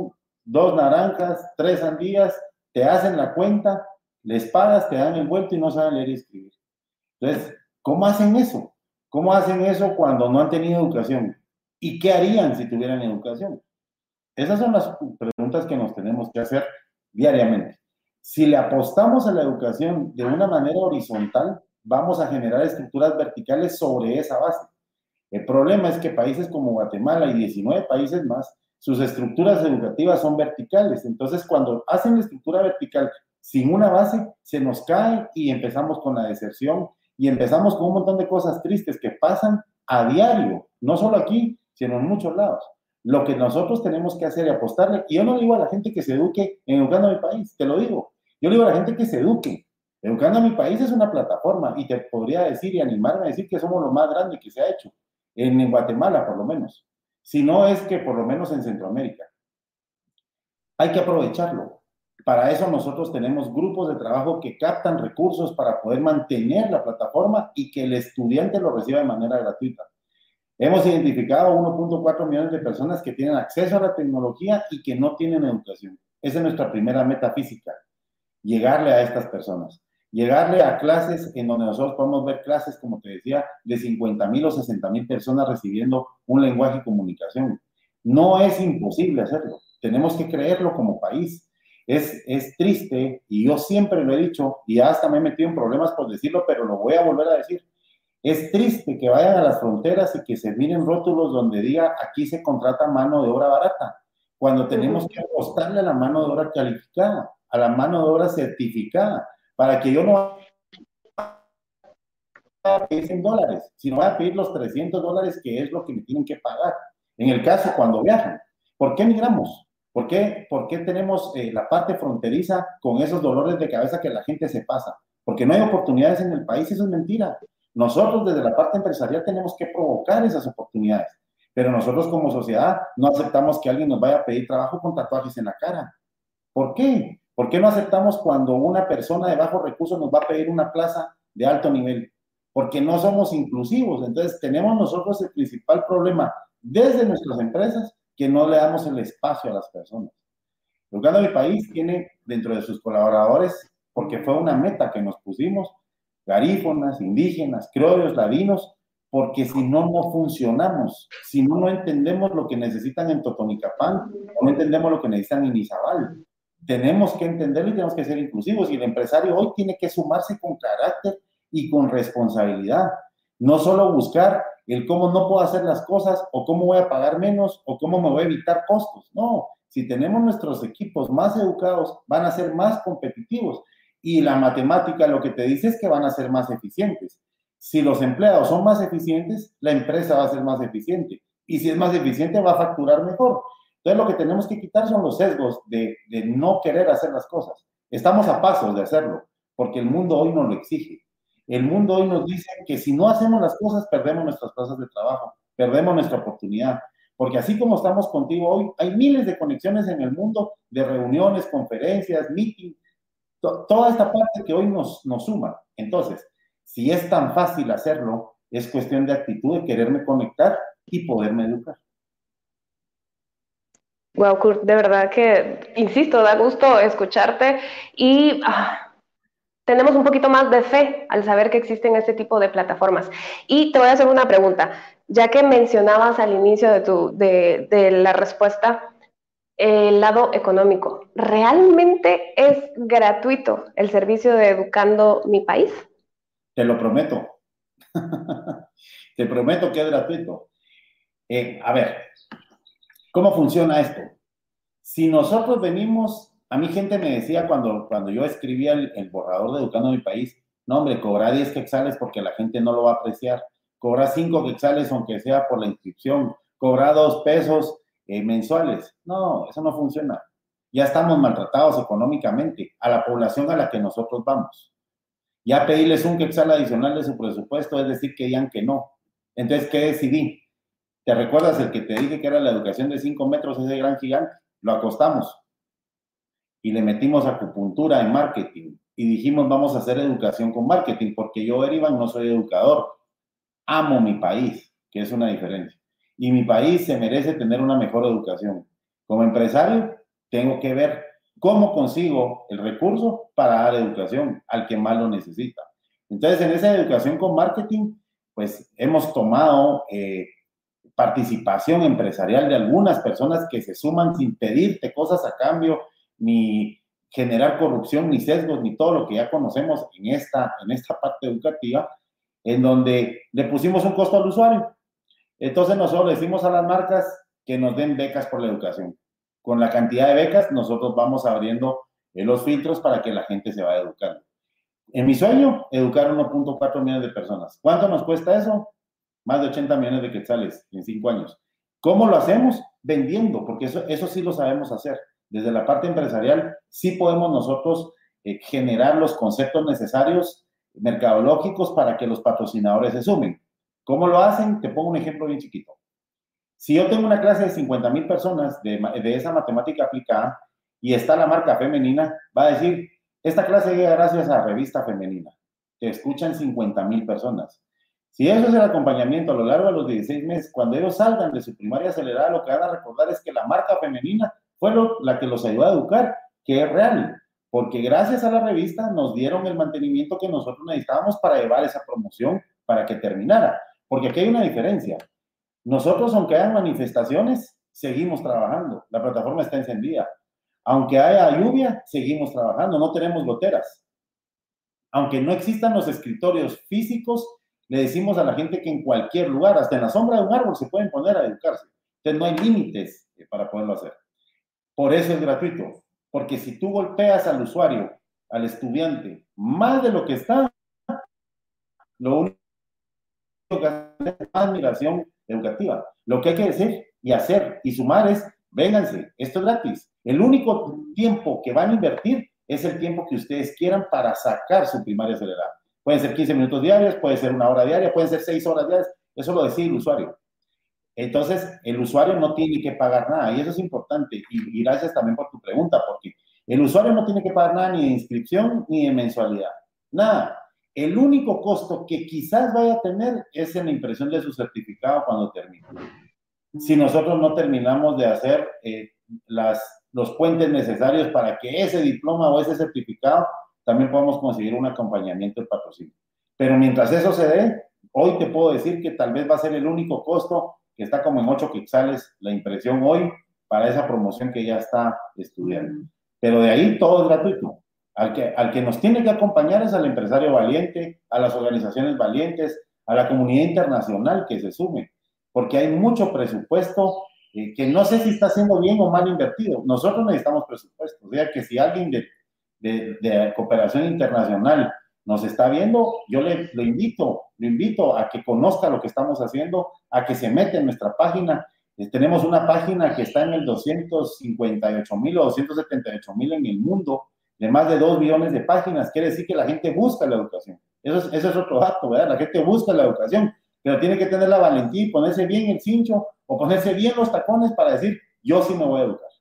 2 naranjas, 3 sandías, te hacen la cuenta, les pagas, te dan el vuelto y no saben leer y escribir. Entonces, ¿cómo hacen eso? ¿Cómo hacen eso cuando no han tenido educación? ¿Y qué harían si tuvieran educación? Esas son las preguntas que nos tenemos que hacer diariamente. Si le apostamos a la educación de una manera horizontal, vamos a generar estructuras verticales sobre esa base. El problema es que países como Guatemala y 19 países más, sus estructuras educativas son verticales. Entonces, cuando hacen la estructura vertical sin una base, se nos cae y empezamos con la deserción y empezamos con un montón de cosas tristes que pasan a diario, no solo aquí, sino en muchos lados. Lo que nosotros tenemos que hacer es apostarle, y yo no digo a la gente que se eduque en Educando a mi País, te lo digo, yo le digo a la gente que se eduque. Educando a mi País es una plataforma y te podría decir y animarme a decir que somos lo más grande que se ha hecho, en Guatemala por lo menos, si no es que por lo menos en Centroamérica. Hay que aprovecharlo. Para eso nosotros tenemos grupos de trabajo que captan recursos para poder mantener la plataforma y que el estudiante lo reciba de manera gratuita. Hemos identificado 1.4 millones de personas que tienen acceso a la tecnología y que no tienen educación. Esa es nuestra primera meta física, llegarle a estas personas. Llegarle a clases en donde nosotros podemos ver clases, como te decía, de 50,000 o 60,000 personas recibiendo un lenguaje y comunicación. No es imposible hacerlo. Tenemos que creerlo como país. Es triste, y yo siempre lo he dicho, y hasta me he metido en problemas por decirlo, pero lo voy a volver a decir. Es triste que vayan a las fronteras y que se miren rótulos donde diga aquí se contrata mano de obra barata, cuando tenemos que apostarle a la mano de obra calificada, a la mano de obra certificada, para que yo no vaya a pedir $100, sino vaya a pedir los $300, que es lo que me tienen que pagar. En el caso cuando viajan. ¿Por qué migramos? ¿Por qué tenemos la parte fronteriza con esos dolores de cabeza que la gente se pasa? Porque no hay oportunidades en el país, eso es mentira. Nosotros desde la parte empresarial tenemos que provocar esas oportunidades, pero nosotros como sociedad no aceptamos que alguien nos vaya a pedir trabajo con tatuajes en la cara. ¿Por qué? ¿Por qué no aceptamos cuando una persona de bajos recursos nos va a pedir una plaza de alto nivel? Porque no somos inclusivos. Entonces tenemos nosotros el principal problema desde nuestras empresas, que no le damos el espacio a las personas. Educando a mi País tiene dentro de sus colaboradores, porque fue una meta que nos pusimos, garífonas, indígenas, criollos, ladinos, porque si no, no funcionamos. Si no, no entendemos lo que necesitan en Totonicapán, no entendemos lo que necesitan en Izabal. Tenemos que entenderlo y tenemos que ser inclusivos. Y el empresario hoy tiene que sumarse con carácter y con responsabilidad. No solo buscar el cómo no puedo hacer las cosas, o cómo voy a pagar menos, o cómo me voy a evitar costos. No, si tenemos nuestros equipos más educados, van a ser más competitivos. Y la matemática lo que te dice es que van a ser más eficientes. Si los empleados son más eficientes, la empresa va a ser más eficiente. Y si es más eficiente, va a facturar mejor. Entonces, lo que tenemos que quitar son los sesgos de no querer hacer las cosas. Estamos a pasos de hacerlo, porque el mundo hoy nos lo exige. El mundo hoy nos dice que si no hacemos las cosas, perdemos nuestras plazas de trabajo, perdemos nuestra oportunidad. Porque así como estamos contigo hoy, hay miles de conexiones en el mundo, de reuniones, conferencias, meetings, toda esta parte que hoy nos suma. Entonces, si es tan fácil hacerlo, es cuestión de actitud, de quererme conectar y poderme educar. Wow, Kurt, de verdad que, insisto, da gusto escucharte y tenemos un poquito más de fe al saber que existen este tipo de plataformas. Y te voy a hacer una pregunta, ya que mencionabas al inicio de la respuesta el lado económico. ¿Realmente es gratuito el servicio de Educando mi País? Te lo prometo. Te prometo que es gratuito. A ver, ¿cómo funciona esto? Si nosotros venimos, a mí gente me decía cuando yo escribía el borrador de Educando a mi País, no hombre, cobra 10 quetzales porque la gente no lo va a apreciar, cobra 5 quetzales aunque sea por la inscripción, cobra 2 pesos mensuales. No, eso no funciona. Ya estamos maltratados económicamente a la población a la que nosotros vamos. Ya pedirles un quetzal adicional de su presupuesto es decir que digan que no. Entonces, ¿qué decidí? ¿Te recuerdas el que te dije que era la educación de 5 metros, ese gran gigante? Lo acostamos y le metimos acupuntura en marketing y dijimos vamos a hacer educación con marketing, porque yo, Erivan, no soy educador. Amo mi país, que es una diferencia. Y mi país se merece tener una mejor educación. Como empresario, tengo que ver cómo consigo el recurso para dar educación al que más lo necesita. Entonces, en esa educación con marketing, pues hemos tomado participación empresarial de algunas personas que se suman sin pedirte cosas a cambio, ni generar corrupción, ni sesgos, ni todo lo que ya conocemos en esta parte educativa, en donde le pusimos un costo al usuario. Entonces nosotros le decimos a las marcas que nos den becas por la educación. Con la cantidad de becas, nosotros vamos abriendo los filtros para que la gente se vaya educando. En mi sueño, educar 1.4 millones de personas. ¿Cuánto nos cuesta eso? Más de 80 millones de quetzales en 5 años. ¿Cómo lo hacemos? Vendiendo, porque eso sí lo sabemos hacer. Desde la parte empresarial, sí podemos nosotros generar los conceptos necesarios mercadológicos para que los patrocinadores se sumen. ¿Cómo lo hacen? Te pongo un ejemplo bien chiquito. Si yo tengo una clase de 50,000 personas de esa matemática aplicada y está la marca femenina, va a decir, esta clase llega gracias a Revista Femenina. Te escuchan 50,000 personas. Si eso es el acompañamiento a lo largo de los 16 meses, cuando ellos salgan de su primaria acelerada, lo que van a recordar es que la marca femenina fue la que los ayudó a educar, que es real, porque gracias a la revista nos dieron el mantenimiento que nosotros necesitábamos para llevar esa promoción para que terminara. Porque aquí hay una diferencia. Nosotros, aunque hayan manifestaciones, seguimos trabajando. La plataforma está encendida. Aunque haya lluvia, seguimos trabajando. No tenemos goteras. Aunque no existan los escritorios físicos, le decimos a la gente que en cualquier lugar, hasta en la sombra de un árbol, se pueden poner a educarse. Entonces, no hay límites para poderlo hacer. Por eso es gratuito. Porque si tú golpeas al usuario, al estudiante, más de lo que está, lo único que hace es admiración educativa. Lo que hay que decir y hacer y sumar es, vénganse, esto es gratis. El único tiempo que van a invertir es el tiempo que ustedes quieran para sacar su primaria acelerada. Pueden ser 15 minutos diarios, puede ser 1 hora diaria, pueden ser 6 horas diarias, eso lo decide el usuario. Entonces, el usuario no tiene que pagar nada, y eso es importante, y gracias también por tu pregunta, porque el usuario no tiene que pagar nada ni de inscripción ni de mensualidad, nada. El único costo que quizás vaya a tener es en la impresión de su certificado cuando termine. Si nosotros no terminamos de hacer los puentes necesarios para que ese diploma o ese certificado también podamos conseguir un acompañamiento de patrocinio. Pero mientras eso se dé, hoy te puedo decir que tal vez va a ser el único costo que está como en 8 quetzales la impresión hoy para esa promoción que ya está estudiando. Pero de ahí todo es gratuito. Al que nos tiene que acompañar es al empresario valiente, a las organizaciones valientes, a la comunidad internacional que se sume, porque hay mucho presupuesto que no sé si está siendo bien o mal invertido. Nosotros necesitamos presupuesto. O sea, que si alguien de cooperación internacional nos está viendo, yo lo invito a que conozca lo que estamos haciendo, a que se meta en nuestra página. Tenemos una página que está en el 258,000 o 278,000 en el mundo, de más de 2 billones de páginas. Quiere decir que la gente busca la educación. Eso es otro dato, ¿verdad? La gente busca la educación, pero tiene que tener la valentía y ponerse bien el cincho o ponerse bien los tacones para decir, yo sí me voy a educar.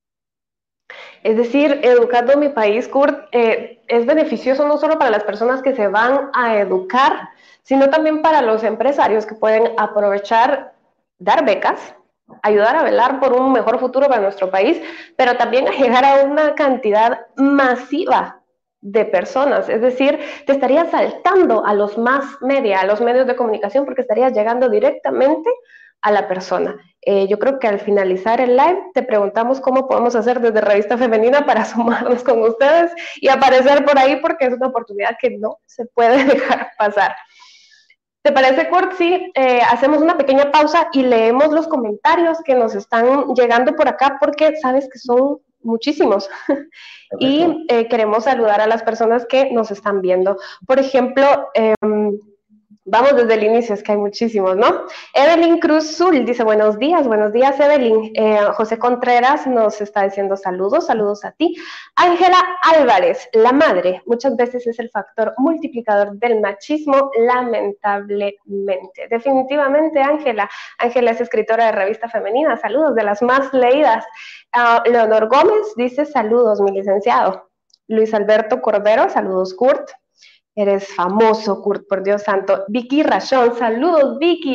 Es decir, Educando Mi País, Kurt, es beneficioso no solo para las personas que se van a educar, sino también para los empresarios que pueden aprovechar, dar becas, ayudar a velar por un mejor futuro para nuestro país, pero también a llegar a una cantidad masiva de personas. Es decir, te estarías saltando a los más media, a los medios de comunicación, porque estarías llegando directamente a la persona. Yo creo que al finalizar el live te preguntamos cómo podemos hacer desde Revista Femenina para sumarnos con ustedes y aparecer por ahí, porque es una oportunidad que no se puede dejar pasar. ¿Te parece, Kurt? Sí, hacemos una pequeña pausa y leemos los comentarios que nos están llegando por acá, porque sabes que son muchísimos. Y queremos saludar a las personas que nos están viendo. Por ejemplo, vamos desde el inicio, es que hay muchísimos, ¿no? Evelyn Cruz Zul dice, buenos días Evelyn. José Contreras nos está diciendo saludos a ti. Ángela Álvarez, la madre, muchas veces es el factor multiplicador del machismo, lamentablemente. Definitivamente, Ángela es escritora de Revista Femenina, saludos, de las más leídas. Leonor Gómez dice, saludos, mi licenciado. Luis Alberto Cordero, saludos, Kurt. Eres famoso, Kurt, por Dios santo. Vicky Rachón, saludos, Vicky.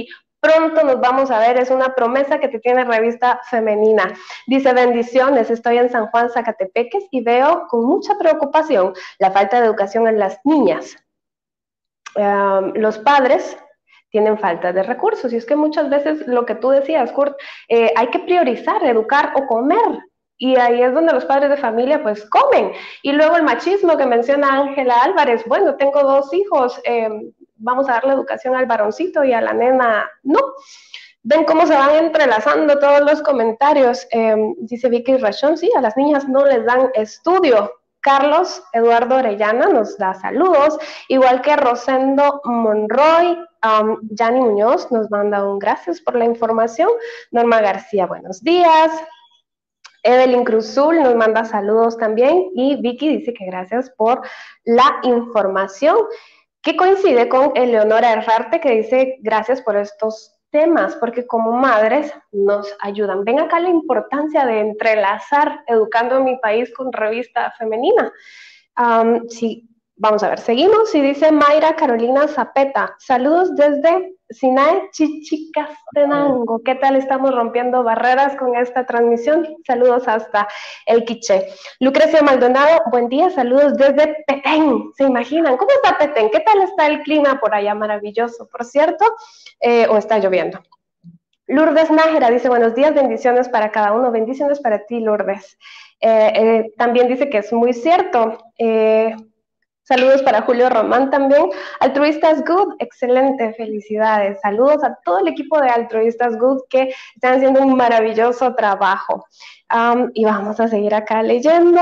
Pronto nos vamos a ver, es una promesa que te tiene Revista Femenina. Dice, bendiciones, estoy en San Juan, Zacatepeques, y veo con mucha preocupación la falta de educación en las niñas. Los padres tienen falta de recursos, y es que muchas veces lo que tú decías, Kurt, hay que priorizar, educar o comer, y ahí es donde los padres de familia pues comen. Y luego el machismo que menciona Ángela Álvarez, bueno, tengo 2 hijos, vamos a darle educación al varoncito y a la nena no. Ven cómo se van entrelazando todos los comentarios. Dice Vicky Rachón, sí, a las niñas no les dan estudio. Carlos Eduardo Orellana nos da saludos, igual que Rosendo Monroy. Yanni Muñoz nos manda un gracias por la información. Norma García, buenos días. Evelyn Cruzul nos manda saludos también, y Vicky dice que gracias por la información, que coincide con Eleonora Herrarte, que dice gracias por estos temas, porque como madres nos ayudan. Ven acá la importancia de entrelazar Educando en mi País con Revista Femenina. Sí, vamos a ver, seguimos, y dice Mayra Carolina Zapeta, saludos desde Sinae, Chichicastenango. ¿Qué tal? Estamos rompiendo barreras con esta transmisión. Saludos hasta el Quiché. Lucrecia Maldonado, buen día, saludos desde Petén. ¿Se imaginan? ¿Cómo está Petén? ¿Qué tal está el clima por allá? Maravilloso, por cierto, o está lloviendo. Lourdes Nájera dice, buenos días, bendiciones para cada uno. Bendiciones para ti, Lourdes. También dice que es muy cierto. Saludos para Julio Román también. Altruistas Good, excelente, felicidades. Saludos a todo el equipo de Altruistas Good que están haciendo un maravilloso trabajo. Y vamos a seguir acá leyendo.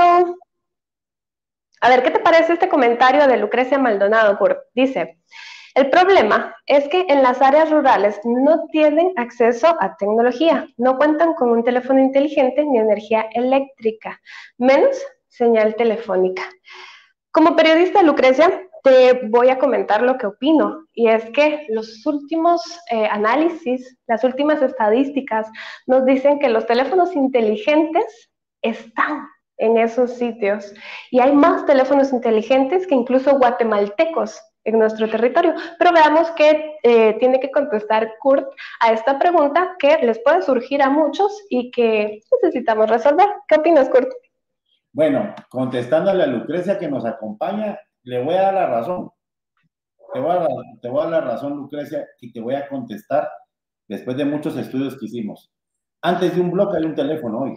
A ver, ¿qué te parece este comentario de Lucrecia Maldonado, Kurt? Dice, el problema es que en las áreas rurales no tienen acceso a tecnología, no cuentan con un teléfono inteligente ni energía eléctrica, menos señal telefónica. Como periodista, Lucrecia, te voy a comentar lo que opino, y es que los últimos análisis, las últimas estadísticas nos dicen que los teléfonos inteligentes están en esos sitios, y hay más teléfonos inteligentes que incluso guatemaltecos en nuestro territorio. Pero veamos qué tiene que contestar Kurt a esta pregunta que les puede surgir a muchos y que necesitamos resolver. ¿Qué opinas, Kurt? Bueno, contestándole a Lucrecia que nos acompaña, le voy a dar la razón. Te voy a dar la razón, Lucrecia, y te voy a contestar después de muchos estudios que hicimos. Antes de un bloque hay un teléfono hoy.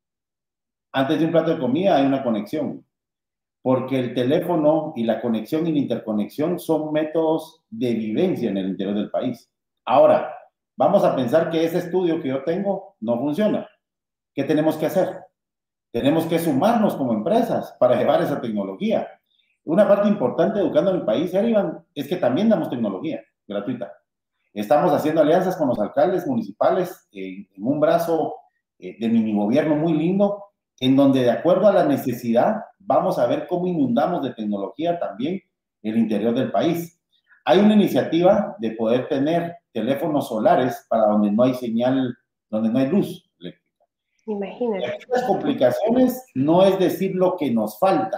Antes de un plato de comida hay una conexión. Porque el teléfono y la conexión y la interconexión son métodos de vivencia en el interior del país. Ahora, vamos a pensar que ese estudio que yo tengo no funciona. ¿Qué tenemos que hacer? Tenemos que sumarnos como empresas para llevar esa tecnología. Una parte importante de Educando en el País, Erivan, es que también damos tecnología gratuita. Estamos haciendo alianzas con los alcaldes municipales en un brazo de mini gobierno muy lindo, en donde de acuerdo a la necesidad vamos a ver cómo inundamos de tecnología también el interior del país. Hay una iniciativa de poder tener teléfonos solares para donde no hay señal, donde no hay luz. Imagínate. Aquí las complicaciones no es decir lo que nos falta.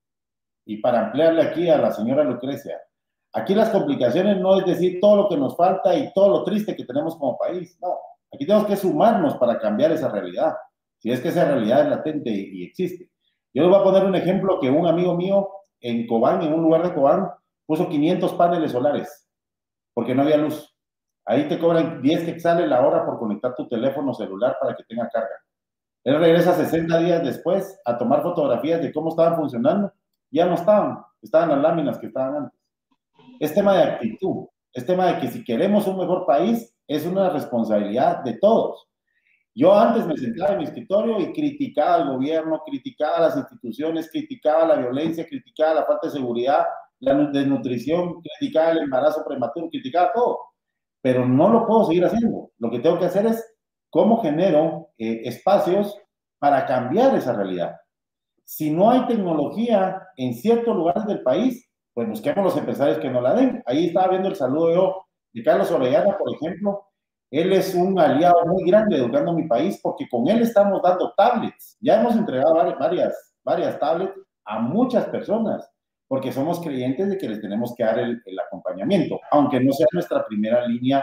Y para ampliarle aquí a la señora Lucrecia, aquí las complicaciones no es decir todo lo que nos falta y todo lo triste que tenemos como país. No, aquí tenemos que sumarnos para cambiar esa realidad. Si es que esa realidad es latente y existe. Yo les voy a poner un ejemplo que un amigo mío en Cobán, en un lugar de Cobán, puso 500 paneles solares porque no había luz. Ahí te cobran 10 quetzales la hora por conectar tu teléfono celular para que tenga carga. Él regresa 60 días después a tomar fotografías de cómo estaban funcionando. Ya no estaban las láminas que estaban antes. Es tema de actitud, es tema de que si queremos un mejor país, es una responsabilidad de todos. Yo antes me sentaba en mi escritorio y criticaba al gobierno, criticaba a las instituciones, criticaba la violencia, criticaba la falta de seguridad, la desnutrición, criticaba el embarazo prematuro, criticaba todo. Pero no lo puedo seguir haciendo. Lo que tengo que hacer es cómo genero espacios para cambiar esa realidad. Si no hay tecnología en ciertos lugares del país, pues busquemos los empresarios que nos la den. Ahí estaba viendo el saludo yo de Carlos Orellana, por ejemplo. Él es un aliado muy grande de Educando mi País porque con él estamos dando tablets. Ya hemos entregado varias tablets a muchas personas porque somos creyentes de que les tenemos que dar el acompañamiento, aunque no sea nuestra primera línea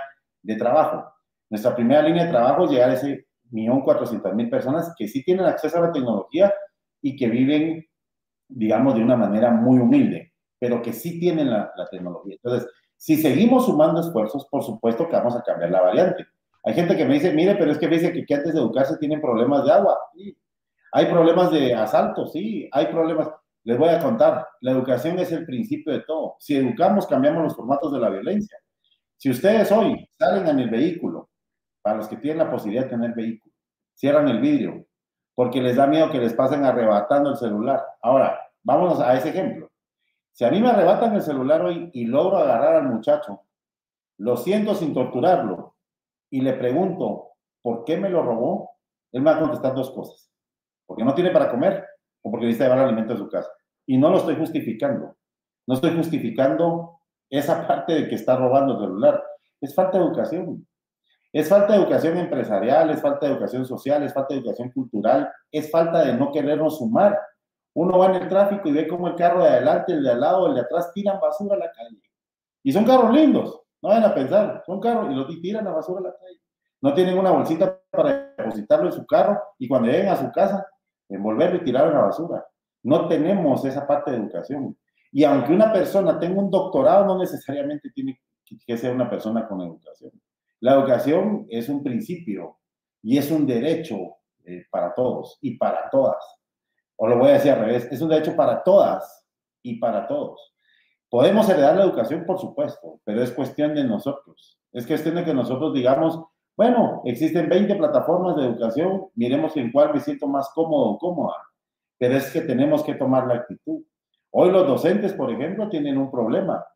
de trabajo. Nuestra primera línea de trabajo es llegar a ese 1.400.000 personas que sí tienen acceso a la tecnología y que viven, digamos, de una manera muy humilde, pero que sí tienen la tecnología. Entonces, si seguimos sumando esfuerzos, por supuesto que vamos a cambiar la variante. Hay gente que me dice, mire, pero es que me dice que antes de educarse tienen problemas de agua. Sí. Hay problemas de asalto, sí, hay problemas. Les voy a contar, la educación es el principio de todo. Si educamos, cambiamos los formatos de la violencia. Si ustedes hoy salen en el vehículo, para los que tienen la posibilidad de tener vehículo, cierran el vidrio, porque les da miedo que les pasen arrebatando el celular. Ahora, vámonos a ese ejemplo. Si a mí me arrebatan el celular hoy y logro agarrar al muchacho, lo siento sin torturarlo, y le pregunto, ¿por qué me lo robó? Él me va a contestar dos cosas. Porque no tiene para comer o porque necesita llevar alimento a su casa. Y no lo estoy justificando. No estoy justificando esa parte de que está robando el celular. Es falta de educación. Es falta de educación empresarial, es falta de educación social, es falta de educación cultural, es falta de no querernos sumar. Uno va en el tráfico y ve cómo el carro de adelante, el de al lado, el de atrás tiran basura a la calle. Y son carros lindos, no vayan a pensar, son carros y tiran la basura a la calle. No tienen una bolsita para depositarlo en su carro y cuando lleguen a su casa, envolverlo y tirarlo en la basura. No tenemos esa parte de educación. Y aunque una persona tenga un doctorado, no necesariamente tiene que ser una persona con educación. La educación es un principio y es un derecho para todos y para todas. O lo voy a decir al revés, es un derecho para todas y para todos. Podemos heredar la educación, por supuesto, pero es cuestión de nosotros. Es cuestión de que nosotros digamos, bueno, existen 20 plataformas de educación, miremos en cuál me siento más cómodo o cómoda. Pero es que tenemos que tomar la actitud. Hoy los docentes, por ejemplo, tienen un problema.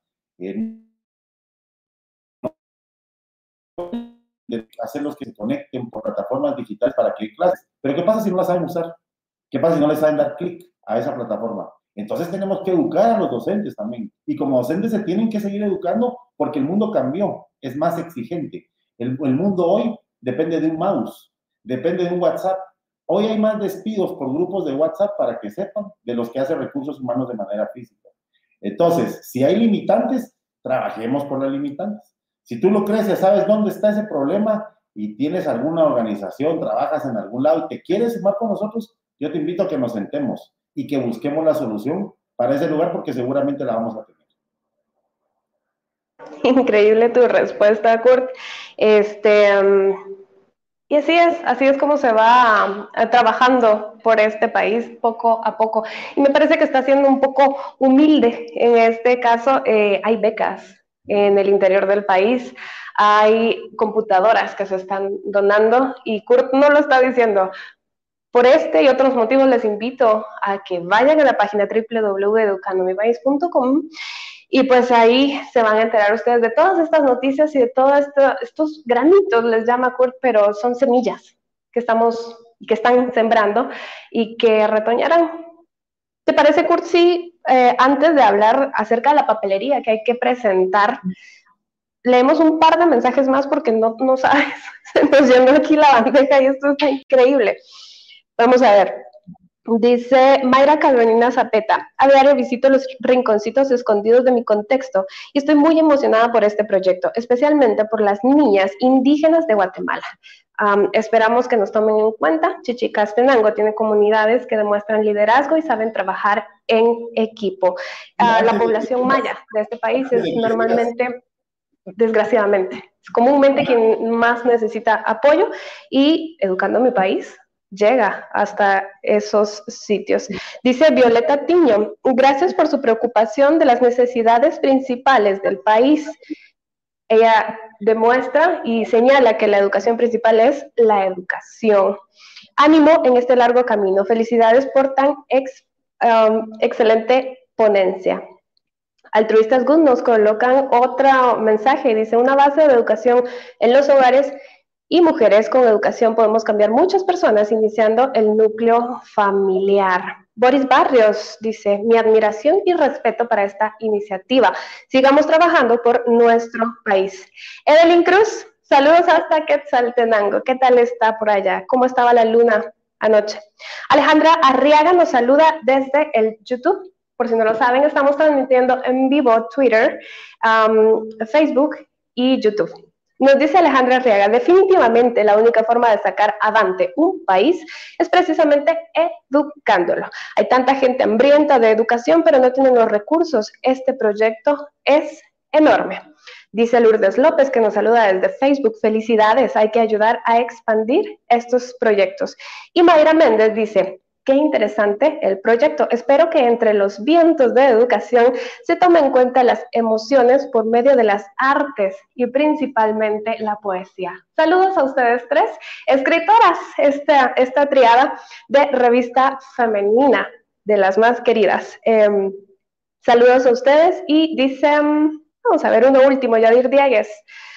De hacerlos que se conecten por plataformas digitales para que hay clases. Pero ¿qué pasa si no las saben usar? ¿Qué pasa si no les saben dar clic a esa plataforma? Entonces tenemos que educar a los docentes también. Y como docentes se tienen que seguir educando porque el mundo cambió, es más exigente. El mundo hoy depende de un mouse, depende de un WhatsApp. Hoy hay más despidos por grupos de WhatsApp, para que sepan, de los que hacen recursos humanos de manera física. Entonces, si hay limitantes, trabajemos por las limitantes. Si tú lo crees, ya sabes dónde está ese problema y tienes alguna organización, trabajas en algún lado y te quieres sumar con nosotros, yo te invito a que nos sentemos y que busquemos la solución para ese lugar, porque seguramente la vamos a tener. Increíble tu respuesta, Kurt. Y así es como se va trabajando por este país poco a poco. Y me parece que está siendo un poco humilde. En este caso, hay becas en el interior del país, hay computadoras que se están donando y Kurt no lo está diciendo. Por este y otros motivos les invito a que vayan a la página www.educandomipais.com y pues ahí se van a enterar ustedes de todas estas noticias y de todos estos granitos, les llama Kurt, pero son semillas que están sembrando y que retoñarán. ¿Te parece, Kurt, si antes de hablar acerca de la papelería que hay que presentar, leemos un par de mensajes más porque no sabes, se nos llenó aquí la bandeja y esto está increíble? Vamos a ver. Dice Mayra Carolina Zapeta: a diario visito los rinconcitos escondidos de mi contexto y estoy muy emocionada por este proyecto, especialmente por las niñas indígenas de Guatemala. Esperamos que nos tomen en cuenta. Chichicastenango tiene comunidades que demuestran liderazgo y saben trabajar en equipo. La población maya de este país es normalmente, desgraciadamente, comúnmente quien más necesita apoyo, y Educando Mi País llega hasta esos sitios. Dice Violeta Tiño: gracias por su preocupación de las necesidades principales del país. Ella demuestra y señala que la educación principal es la educación. Ánimo en este largo camino. Felicidades por tan excelente ponencia. Altruistas Good nos colocan otro mensaje y dice: una base de educación en los hogares y mujeres con educación podemos cambiar muchas personas, iniciando el núcleo familiar. Boris Barrios dice: mi admiración y respeto para esta iniciativa. Sigamos trabajando por nuestro país. Evelyn Cruz, saludos hasta Quetzaltenango. ¿Qué tal está por allá? ¿Cómo estaba la luna anoche? Alejandra Arriaga nos saluda desde el YouTube. Por si no lo saben, estamos transmitiendo en vivo Twitter, Facebook y YouTube. Nos dice Alejandra Arriaga, definitivamente la única forma de sacar avante un país es precisamente educándolo. Hay tanta gente hambrienta de educación, pero no tienen los recursos. Este proyecto es enorme. Dice Lourdes López, que nos saluda desde Facebook. Felicidades, hay que ayudar a expandir estos proyectos. Y Mayra Méndez dice, qué interesante el proyecto. Espero que entre los vientos de educación se tomen en cuenta las emociones por medio de las artes y principalmente la poesía. Saludos a ustedes tres, escritoras, esta triada de revista femenina, de las más queridas. Saludos a ustedes y dicen, vamos a ver uno último, Yadir Diegues.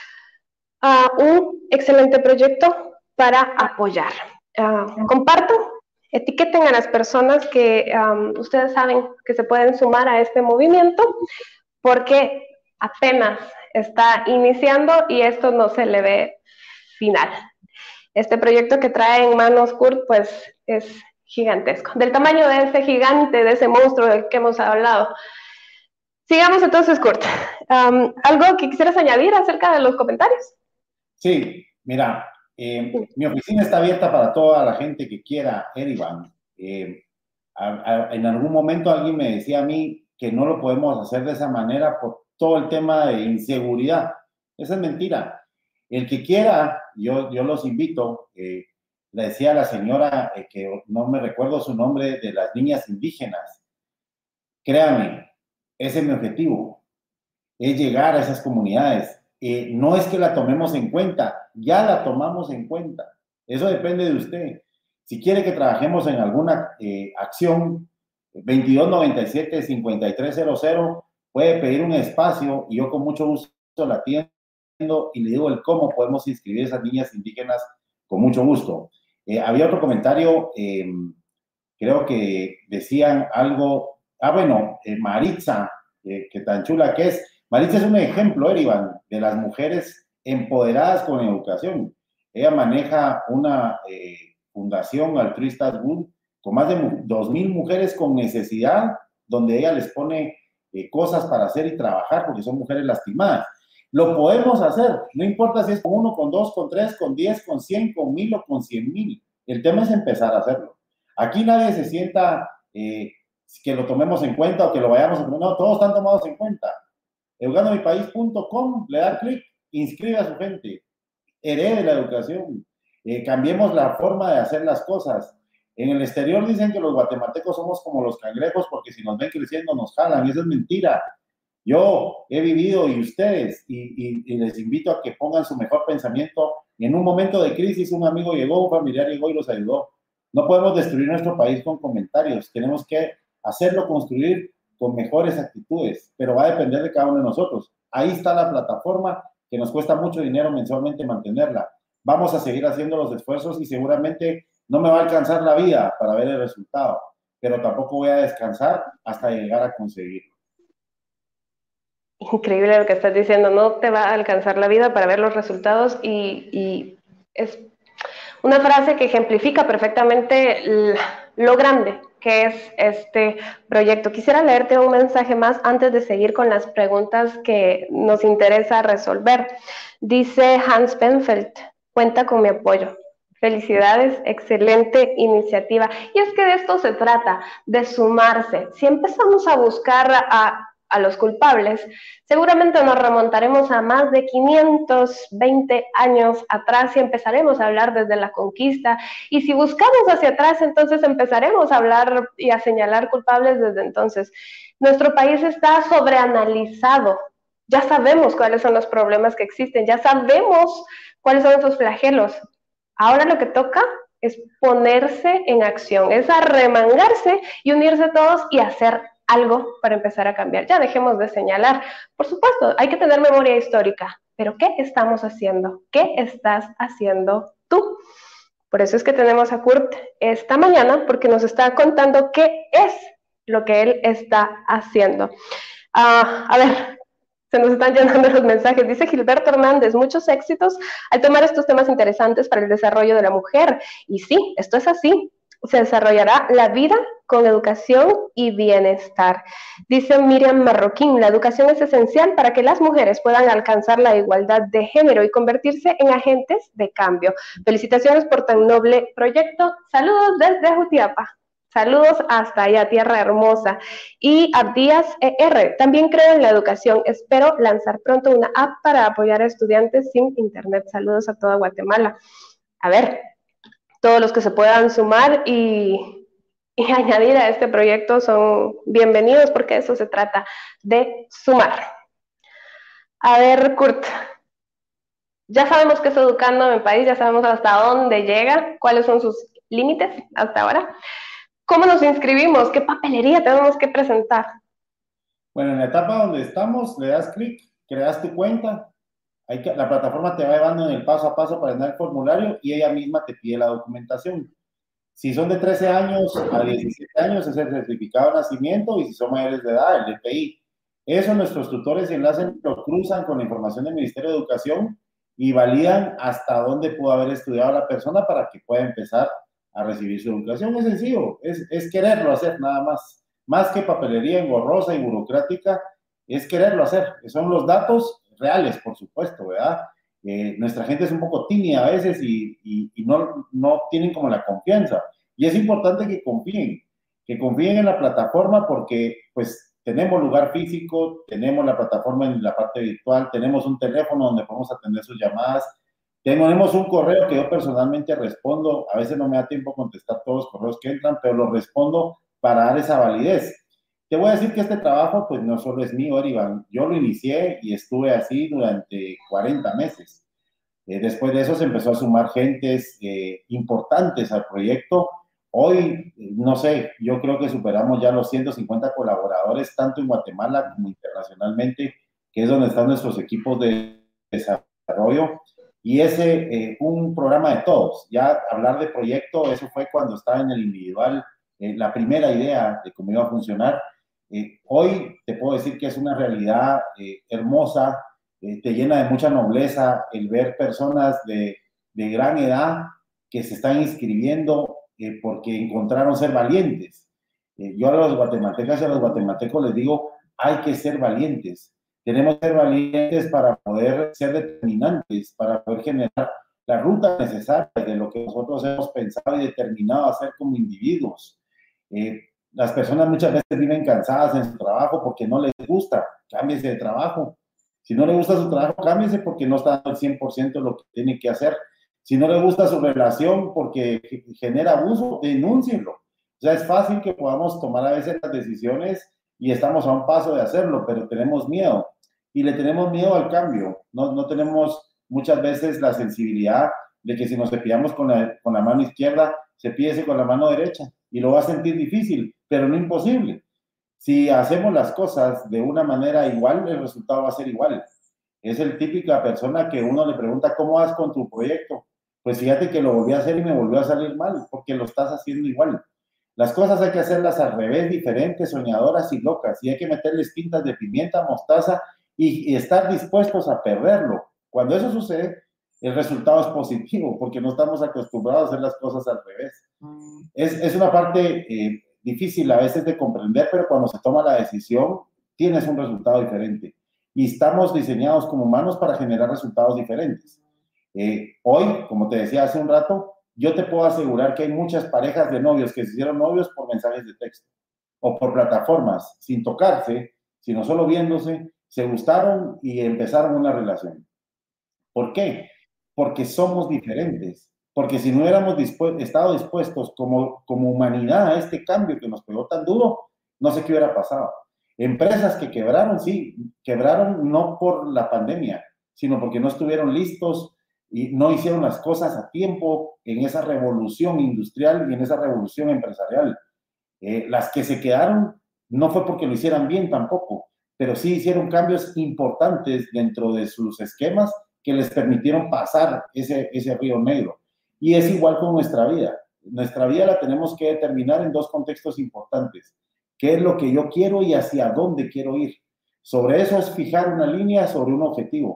Un excelente proyecto para apoyar. Comparto. Etiqueten a las personas que ustedes saben que se pueden sumar a este movimiento, porque apenas está iniciando y esto no se le ve final. Este proyecto que trae en manos Kurt, pues es gigantesco, del tamaño de ese gigante, de ese monstruo del que hemos hablado. Sigamos entonces, Kurt. ¿Algo que quisieras añadir acerca de los comentarios? Sí, mira. Mi oficina está abierta para toda la gente que quiera, Erivan. En algún momento alguien me decía a mí que no lo podemos hacer de esa manera por todo el tema de inseguridad. Esa es mentira. El que quiera, yo los invito. Le decía a la señora, que no me recuerdo su nombre, de las niñas indígenas. Créame, ese es mi objetivo, es llegar a esas comunidades. No es que la tomemos en cuenta, ya la tomamos en cuenta. Eso depende de usted. Si quiere que trabajemos en alguna acción, 2297-5300, puede pedir un espacio y yo con mucho gusto la atiendo y le digo el cómo podemos inscribir a esas niñas indígenas con mucho gusto. Había otro comentario, creo que decían algo, Maritza, que tan chula que es. Maritza es un ejemplo, Erivan, de las mujeres empoderadas con educación. Ella maneja una fundación altruista con más de 2,000 mujeres con necesidad, donde ella les pone cosas para hacer y trabajar, porque son mujeres lastimadas. Lo podemos hacer, no importa si es con 1, con 2, con 3, con 10, con 100, con 1,000 o con 100,000. El tema es empezar a hacerlo. Aquí nadie se sienta que lo tomemos en cuenta o que lo vayamos a tomar. No, todos están tomados en cuenta. educandomipaís.com, le da clic, inscribe a su gente, herede la educación, cambiemos la forma de hacer las cosas. En el exterior dicen que los guatemaltecos somos como los cangrejos porque si nos ven creciendo nos jalan, y eso es mentira. Yo he vivido y ustedes, y les invito a que pongan su mejor pensamiento. En un momento de crisis un amigo llegó, un familiar llegó y los ayudó. No podemos destruir nuestro país con comentarios, tenemos que hacerlo construir con mejores actitudes, pero va a depender de cada uno de nosotros. Ahí está la plataforma, que nos cuesta mucho dinero mensualmente mantenerla. Vamos a seguir haciendo los esfuerzos y seguramente no me va a alcanzar la vida para ver el resultado, pero tampoco voy a descansar hasta llegar a conseguirlo. Increíble lo que estás diciendo, no te va a alcanzar la vida para ver los resultados y es una frase que ejemplifica perfectamente lo grande que es este proyecto. Quisiera leerte un mensaje más antes de seguir con las preguntas que nos interesa resolver. Dice Hans Penfeld, cuenta con mi apoyo. Felicidades, excelente iniciativa. Y es que de esto se trata, de sumarse. Si empezamos a buscar a los culpables, seguramente nos remontaremos a más de 520 años atrás y empezaremos a hablar desde la conquista, y si buscamos hacia atrás, entonces empezaremos a hablar y a señalar culpables desde entonces. Nuestro país está sobreanalizado, ya sabemos cuáles son los problemas que existen, ya sabemos cuáles son esos flagelos. Ahora lo que toca es ponerse en acción, es arremangarse y unirse todos y hacer algo para empezar a cambiar. Ya dejemos de señalar. Por supuesto, hay que tener memoria histórica, pero ¿qué estamos haciendo? ¿Qué estás haciendo tú? Por eso es que tenemos a Kurt esta mañana, porque nos está contando qué es lo que él está haciendo. A ver, se nos están llenando los mensajes. Dice Gilberto Hernández, muchos éxitos al tomar estos temas interesantes para el desarrollo de la mujer. Y sí, esto es así. se desarrollará la vida con educación y bienestar. Dice Miriam Marroquín, la educación es esencial para que las mujeres puedan alcanzar la igualdad de género y convertirse en agentes de cambio. Felicitaciones por tan noble proyecto. Saludos desde Jutiapa. Saludos hasta allá, tierra hermosa. Y Abdías ER, también creo en la educación. Espero lanzar pronto una app para apoyar a estudiantes sin internet. Saludos a toda Guatemala. A ver, todos los que se puedan sumar y añadir a este proyecto son bienvenidos, porque eso se trata, de sumar. A ver, Kurt, ya sabemos qué es Educando en mi país, ya sabemos hasta dónde llega, cuáles son sus límites hasta ahora. ¿Cómo nos inscribimos? ¿Qué papelería tenemos que presentar? Bueno, en la etapa donde estamos, le das clic, creas tu cuenta, la plataforma te va llevando en el paso a paso para llenar el formulario y ella misma te pide la documentación. Si son de 13 años a 17 años es el certificado de nacimiento, y si son mayores de edad, el DPI. Eso nuestros tutores y enlaces lo cruzan con la información del Ministerio de Educación y validan hasta dónde pudo haber estudiado la persona para que pueda empezar a recibir su educación. Es sencillo, es quererlo hacer nada más. Más que papelería engorrosa y burocrática, es quererlo hacer. Son los datos reales, por supuesto, ¿verdad? Nuestra gente es un poco tímida a veces y no tienen como la confianza. Y es importante que confíen en la plataforma, porque pues tenemos lugar físico, tenemos la plataforma en la parte virtual, tenemos un teléfono donde podemos atender sus llamadas, tenemos un correo que yo personalmente respondo. A veces no me da tiempo contestar todos los correos que entran, pero los respondo para dar esa validez. Te voy a decir que este trabajo pues no solo es mío, Erivan. Yo lo inicié y estuve así durante 40 meses. Después de eso se empezó a sumar gentes importantes al proyecto. Hoy, no sé, yo creo que superamos ya los 150 colaboradores, tanto en Guatemala como internacionalmente, que es donde están nuestros equipos de desarrollo. Y ese, un programa de todos. Ya hablar de proyecto, eso fue cuando estaba en el individual, la primera idea de cómo iba a funcionar. Hoy te puedo decir que es una realidad hermosa, te llena de mucha nobleza el ver personas de gran edad que se están inscribiendo porque encontraron ser valientes. Yo a los guatemaltecas y a los guatemaltecos les digo, hay que ser valientes. Tenemos que ser valientes para poder ser determinantes, para poder generar la ruta necesaria de lo que nosotros hemos pensado y determinado hacer como individuos. Las personas muchas veces viven cansadas en su trabajo porque no les gusta. Cámbiese de trabajo. Si no le gusta su trabajo, cámbiese porque no está al 100% lo que tiene que hacer. Si no le gusta su relación porque genera abuso, denúncienlo. O sea, es fácil que podamos tomar a veces las decisiones y estamos a un paso de hacerlo, pero tenemos miedo. Y le tenemos miedo al cambio. No tenemos muchas veces la sensibilidad de que si nos cepillamos con la mano izquierda, cepíllese con la mano derecha. Y lo va a sentir difícil, pero no imposible. Si hacemos las cosas de una manera igual, el resultado va a ser igual. Es el típica persona que uno le pregunta, ¿cómo vas con tu proyecto? Pues fíjate que lo volví a hacer y me volvió a salir mal, porque lo estás haciendo igual. Las cosas hay que hacerlas al revés, diferentes, soñadoras y locas. Y hay que meterles pintas de pimienta, mostaza y estar dispuestos a perderlo. Cuando eso sucede, el resultado es positivo, porque no estamos acostumbrados a hacer las cosas al revés. Es una parte difícil a veces de comprender, pero cuando se toma la decisión, tienes un resultado diferente. Y estamos diseñados como humanos para generar resultados diferentes. Hoy, como te decía hace un rato, yo te puedo asegurar que hay muchas parejas de novios que se hicieron novios por mensajes de texto o por plataformas, sin tocarse, sino solo viéndose, se gustaron y empezaron una relación. ¿Por qué? Porque somos diferentes. Porque si no hubiéramos estado dispuestos como humanidad a este cambio que nos pegó tan duro, no sé qué hubiera pasado. Empresas que quebraron, sí, quebraron no por la pandemia, sino porque no estuvieron listos y no hicieron las cosas a tiempo en esa revolución industrial y en esa revolución empresarial. Las que se quedaron no fue porque lo hicieran bien tampoco, pero sí hicieron cambios importantes dentro de sus esquemas que les permitieron pasar ese río negro. Y es igual con nuestra vida. Nuestra vida la tenemos que determinar en dos contextos importantes. ¿Qué es lo que yo quiero y hacia dónde quiero ir? Sobre eso es fijar una línea sobre un objetivo.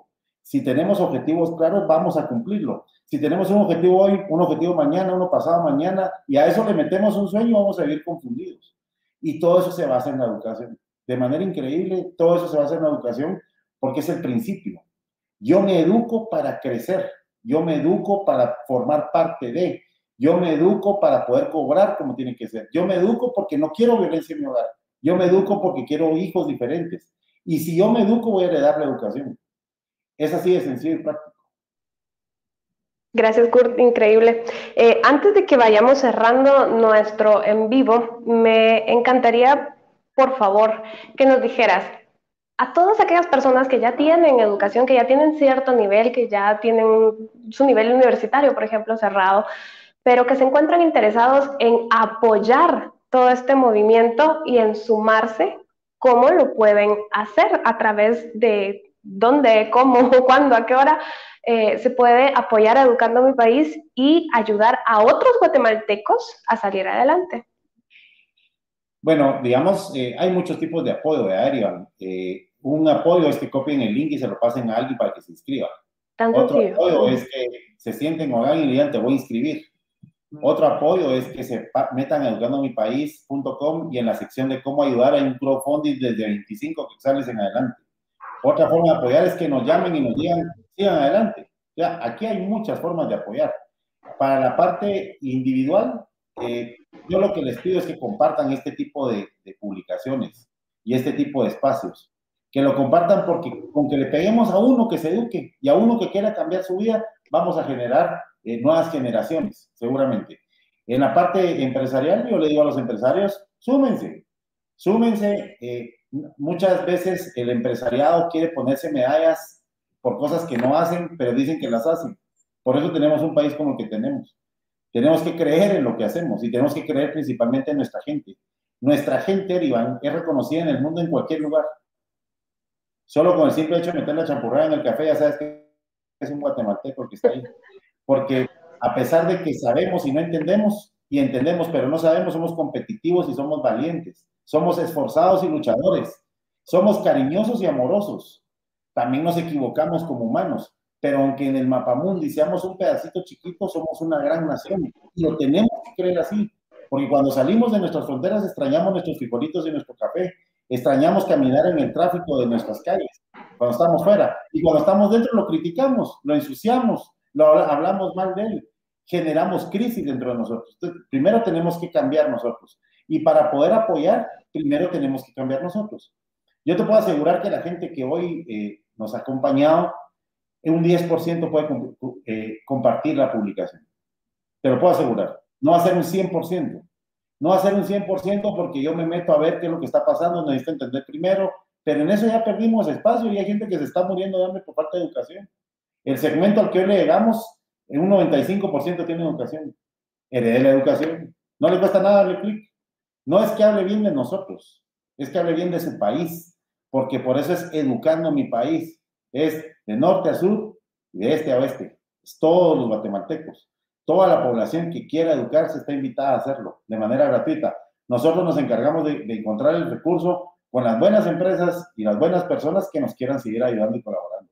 Si tenemos objetivos claros, vamos a cumplirlo. Si tenemos un objetivo hoy, un objetivo mañana, uno pasado mañana, y a eso le metemos un sueño, vamos a vivir confundidos. Y todo eso se basa en la educación. De manera increíble, todo eso se basa en la educación porque es el principio. Yo me educo para crecer, yo me educo para formar parte de, yo me educo para poder cobrar como tiene que ser, yo me educo porque no quiero violencia en mi hogar, yo me educo porque quiero hijos diferentes. Y si yo me educo, voy a heredar la educación. Es así de sencillo y práctico. Gracias, Kurt, increíble. Antes de que vayamos cerrando nuestro en vivo, me encantaría, por favor, que nos dijeras a todas aquellas personas que ya tienen educación, que ya tienen cierto nivel, que ya tienen su nivel universitario, por ejemplo, cerrado, pero que se encuentran interesados en apoyar todo este movimiento y en sumarse, ¿cómo lo pueden hacer? ¿A través de dónde, cómo, cuándo, a qué hora se puede apoyar a Educando Mi País y ayudar a otros guatemaltecos a salir adelante? Bueno, digamos, hay muchos tipos de apoyo, ¿verdad? Un apoyo es que copien el link y se lo pasen a alguien para que se inscriba. Otro apoyo es que se sienten o hagan y digan, te voy a inscribir. Otro apoyo es que se metan a educandomipaís.com y en la sección de cómo ayudar hay un crowdfunding desde 25 quetzales en adelante. Otra forma de apoyar es que nos llamen y nos digan, sigan adelante. Ya, aquí hay muchas formas de apoyar. Para la parte individual, yo lo que les pido es que compartan este tipo de publicaciones y este tipo de espacios. Que lo compartan porque con que le peguemos a uno que se eduque y a uno que quiera cambiar su vida, vamos a generar nuevas generaciones, seguramente. En la parte empresarial, yo le digo a los empresarios, súmense. Muchas veces el empresariado quiere ponerse medallas por cosas que no hacen, pero dicen que las hacen. Por eso tenemos un país como el que tenemos. Tenemos que creer en lo que hacemos y tenemos que creer principalmente en nuestra gente. Nuestra gente, Iván, es reconocida en el mundo en cualquier lugar. Solo con el simple hecho de meter la champurrada en el café, ya sabes que es un guatemalteco el que está ahí. Porque a pesar de que sabemos y no entendemos, y entendemos pero no sabemos, somos competitivos y somos valientes. Somos esforzados y luchadores. Somos cariñosos y amorosos. También nos equivocamos como humanos. Pero aunque en el mapamundi seamos un pedacito chiquito, somos una gran nación. Y lo tenemos que creer así. Porque cuando salimos de nuestras fronteras extrañamos nuestros frijolitos y nuestro café. Extrañamos caminar en el tráfico de nuestras calles cuando estamos fuera. Y cuando estamos dentro lo criticamos, lo ensuciamos, hablamos mal de él. Generamos crisis dentro de nosotros. Entonces, primero tenemos que cambiar nosotros. Y para poder apoyar, primero tenemos que cambiar nosotros. Yo te puedo asegurar que la gente que hoy nos ha acompañado, un 10% puede compartir la publicación. Te lo puedo asegurar. No va a ser un 100%. No va a ser un 100% porque yo me meto a ver qué es lo que está pasando, necesito entender primero, pero en eso ya perdimos espacio y hay gente que se está muriendo de hambre por falta de educación. El segmento al que hoy le llegamos, en un 95% tiene educación. Herede la educación. No le cuesta nada darle clic. No es que hable bien de nosotros, es que hable bien de su país, porque por eso es Educando Mi País. Es de norte a sur y de este a oeste. Es todos los guatemaltecos. Toda la población que quiera educarse está invitada a hacerlo de manera gratuita. Nosotros nos encargamos de encontrar el recurso con las buenas empresas y las buenas personas que nos quieran seguir ayudando y colaborando.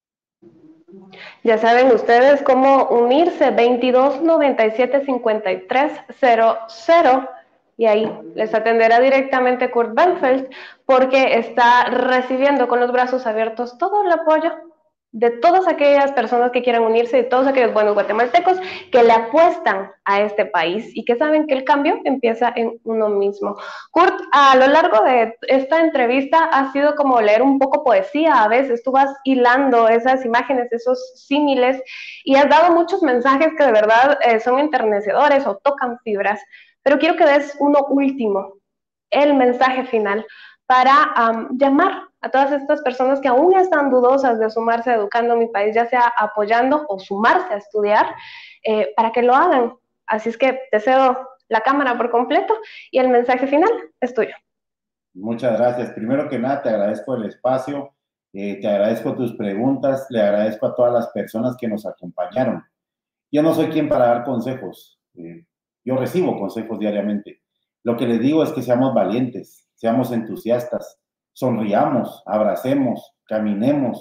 Ya saben ustedes cómo unirse, 22 97 53 00, y ahí les atenderá directamente Kurt Benfeld, porque está recibiendo con los brazos abiertos todo el apoyo de todas aquellas personas que quieran unirse, de todos aquellos buenos guatemaltecos que le apuestan a este país y que saben que el cambio empieza en uno mismo. Kurt, a lo largo de esta entrevista ha sido como leer un poco poesía. A veces tú vas hilando esas imágenes, esos símiles, y has dado muchos mensajes que de verdad son enternecedores o tocan fibras, pero quiero que des uno último, el mensaje final, para llamar a todas estas personas que aún están dudosas de sumarse a Educando Mi País, ya sea apoyando o sumarse a estudiar, para que lo hagan. Así es que te cedo la cámara por completo y el mensaje final es tuyo. Muchas gracias. Primero que nada, te agradezco el espacio, te agradezco tus preguntas, le agradezco a todas las personas que nos acompañaron. Yo no soy quien para dar consejos, yo recibo consejos diariamente. Lo que les digo es que seamos valientes, seamos entusiastas, sonriamos, abracemos, caminemos,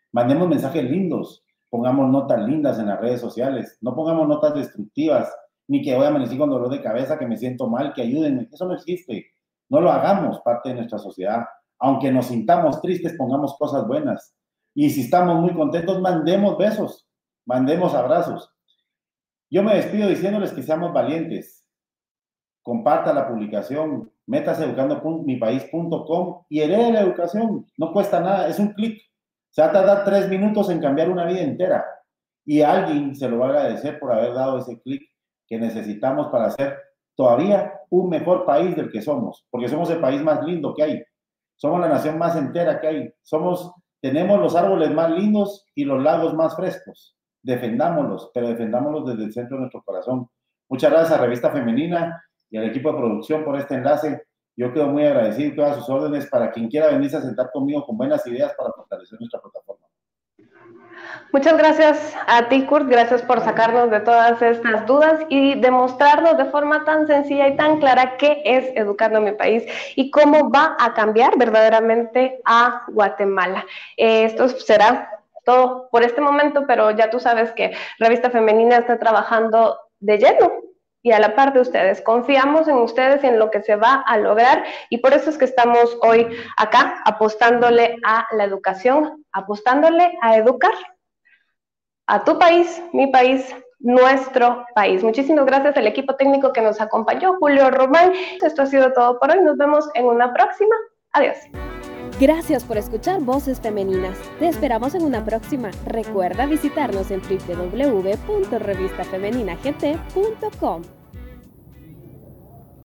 Mandemos mensajes lindos, pongamos notas lindas en las redes sociales, no pongamos notas destructivas, ni que voy a amanecer con dolor de cabeza, que me siento mal, que ayúdenme, eso no existe. No lo hagamos parte de nuestra sociedad. Aunque nos sintamos tristes, pongamos cosas buenas. Y si estamos muy contentos, mandemos besos, mandemos abrazos. Yo me despido diciéndoles que seamos valientes. Comparta la publicación, métase educandomipaís.com y herede la educación. No cuesta nada, es un clic. Se va a tardar 3 minutos en cambiar una vida entera. Y alguien se lo va a agradecer por haber dado ese clic que necesitamos para ser todavía un mejor país del que somos, porque somos el país más lindo que hay. Somos la nación más entera que hay. Tenemos los árboles más lindos y los lagos más frescos. Defendámoslos, pero defendámoslos desde el centro de nuestro corazón. Muchas gracias a Revista Femenina y al equipo de producción por este enlace. Yo quedo muy agradecido y quedo a sus órdenes para quien quiera venirse a sentar conmigo con buenas ideas para fortalecer nuestra plataforma. Muchas gracias a ti, Kurt, gracias por sacarnos de todas estas dudas y demostrarnos de forma tan sencilla y tan clara qué es Educando mi País y cómo va a cambiar verdaderamente a Guatemala. Esto será todo por este momento, pero ya tú sabes que Revista Femenina está trabajando de lleno y a la par de ustedes. Confiamos en ustedes y en lo que se va a lograr y por eso es que estamos hoy acá apostándole a la educación, apostándole a educar a tu país, mi país, nuestro país. Muchísimas gracias al equipo técnico que nos acompañó, Julio Román. Esto ha sido todo por hoy. Nos vemos en una próxima. Adiós. Gracias por escuchar Voces Femeninas. Te esperamos en una próxima. Recuerda visitarnos en www.revistafemeninagt.com.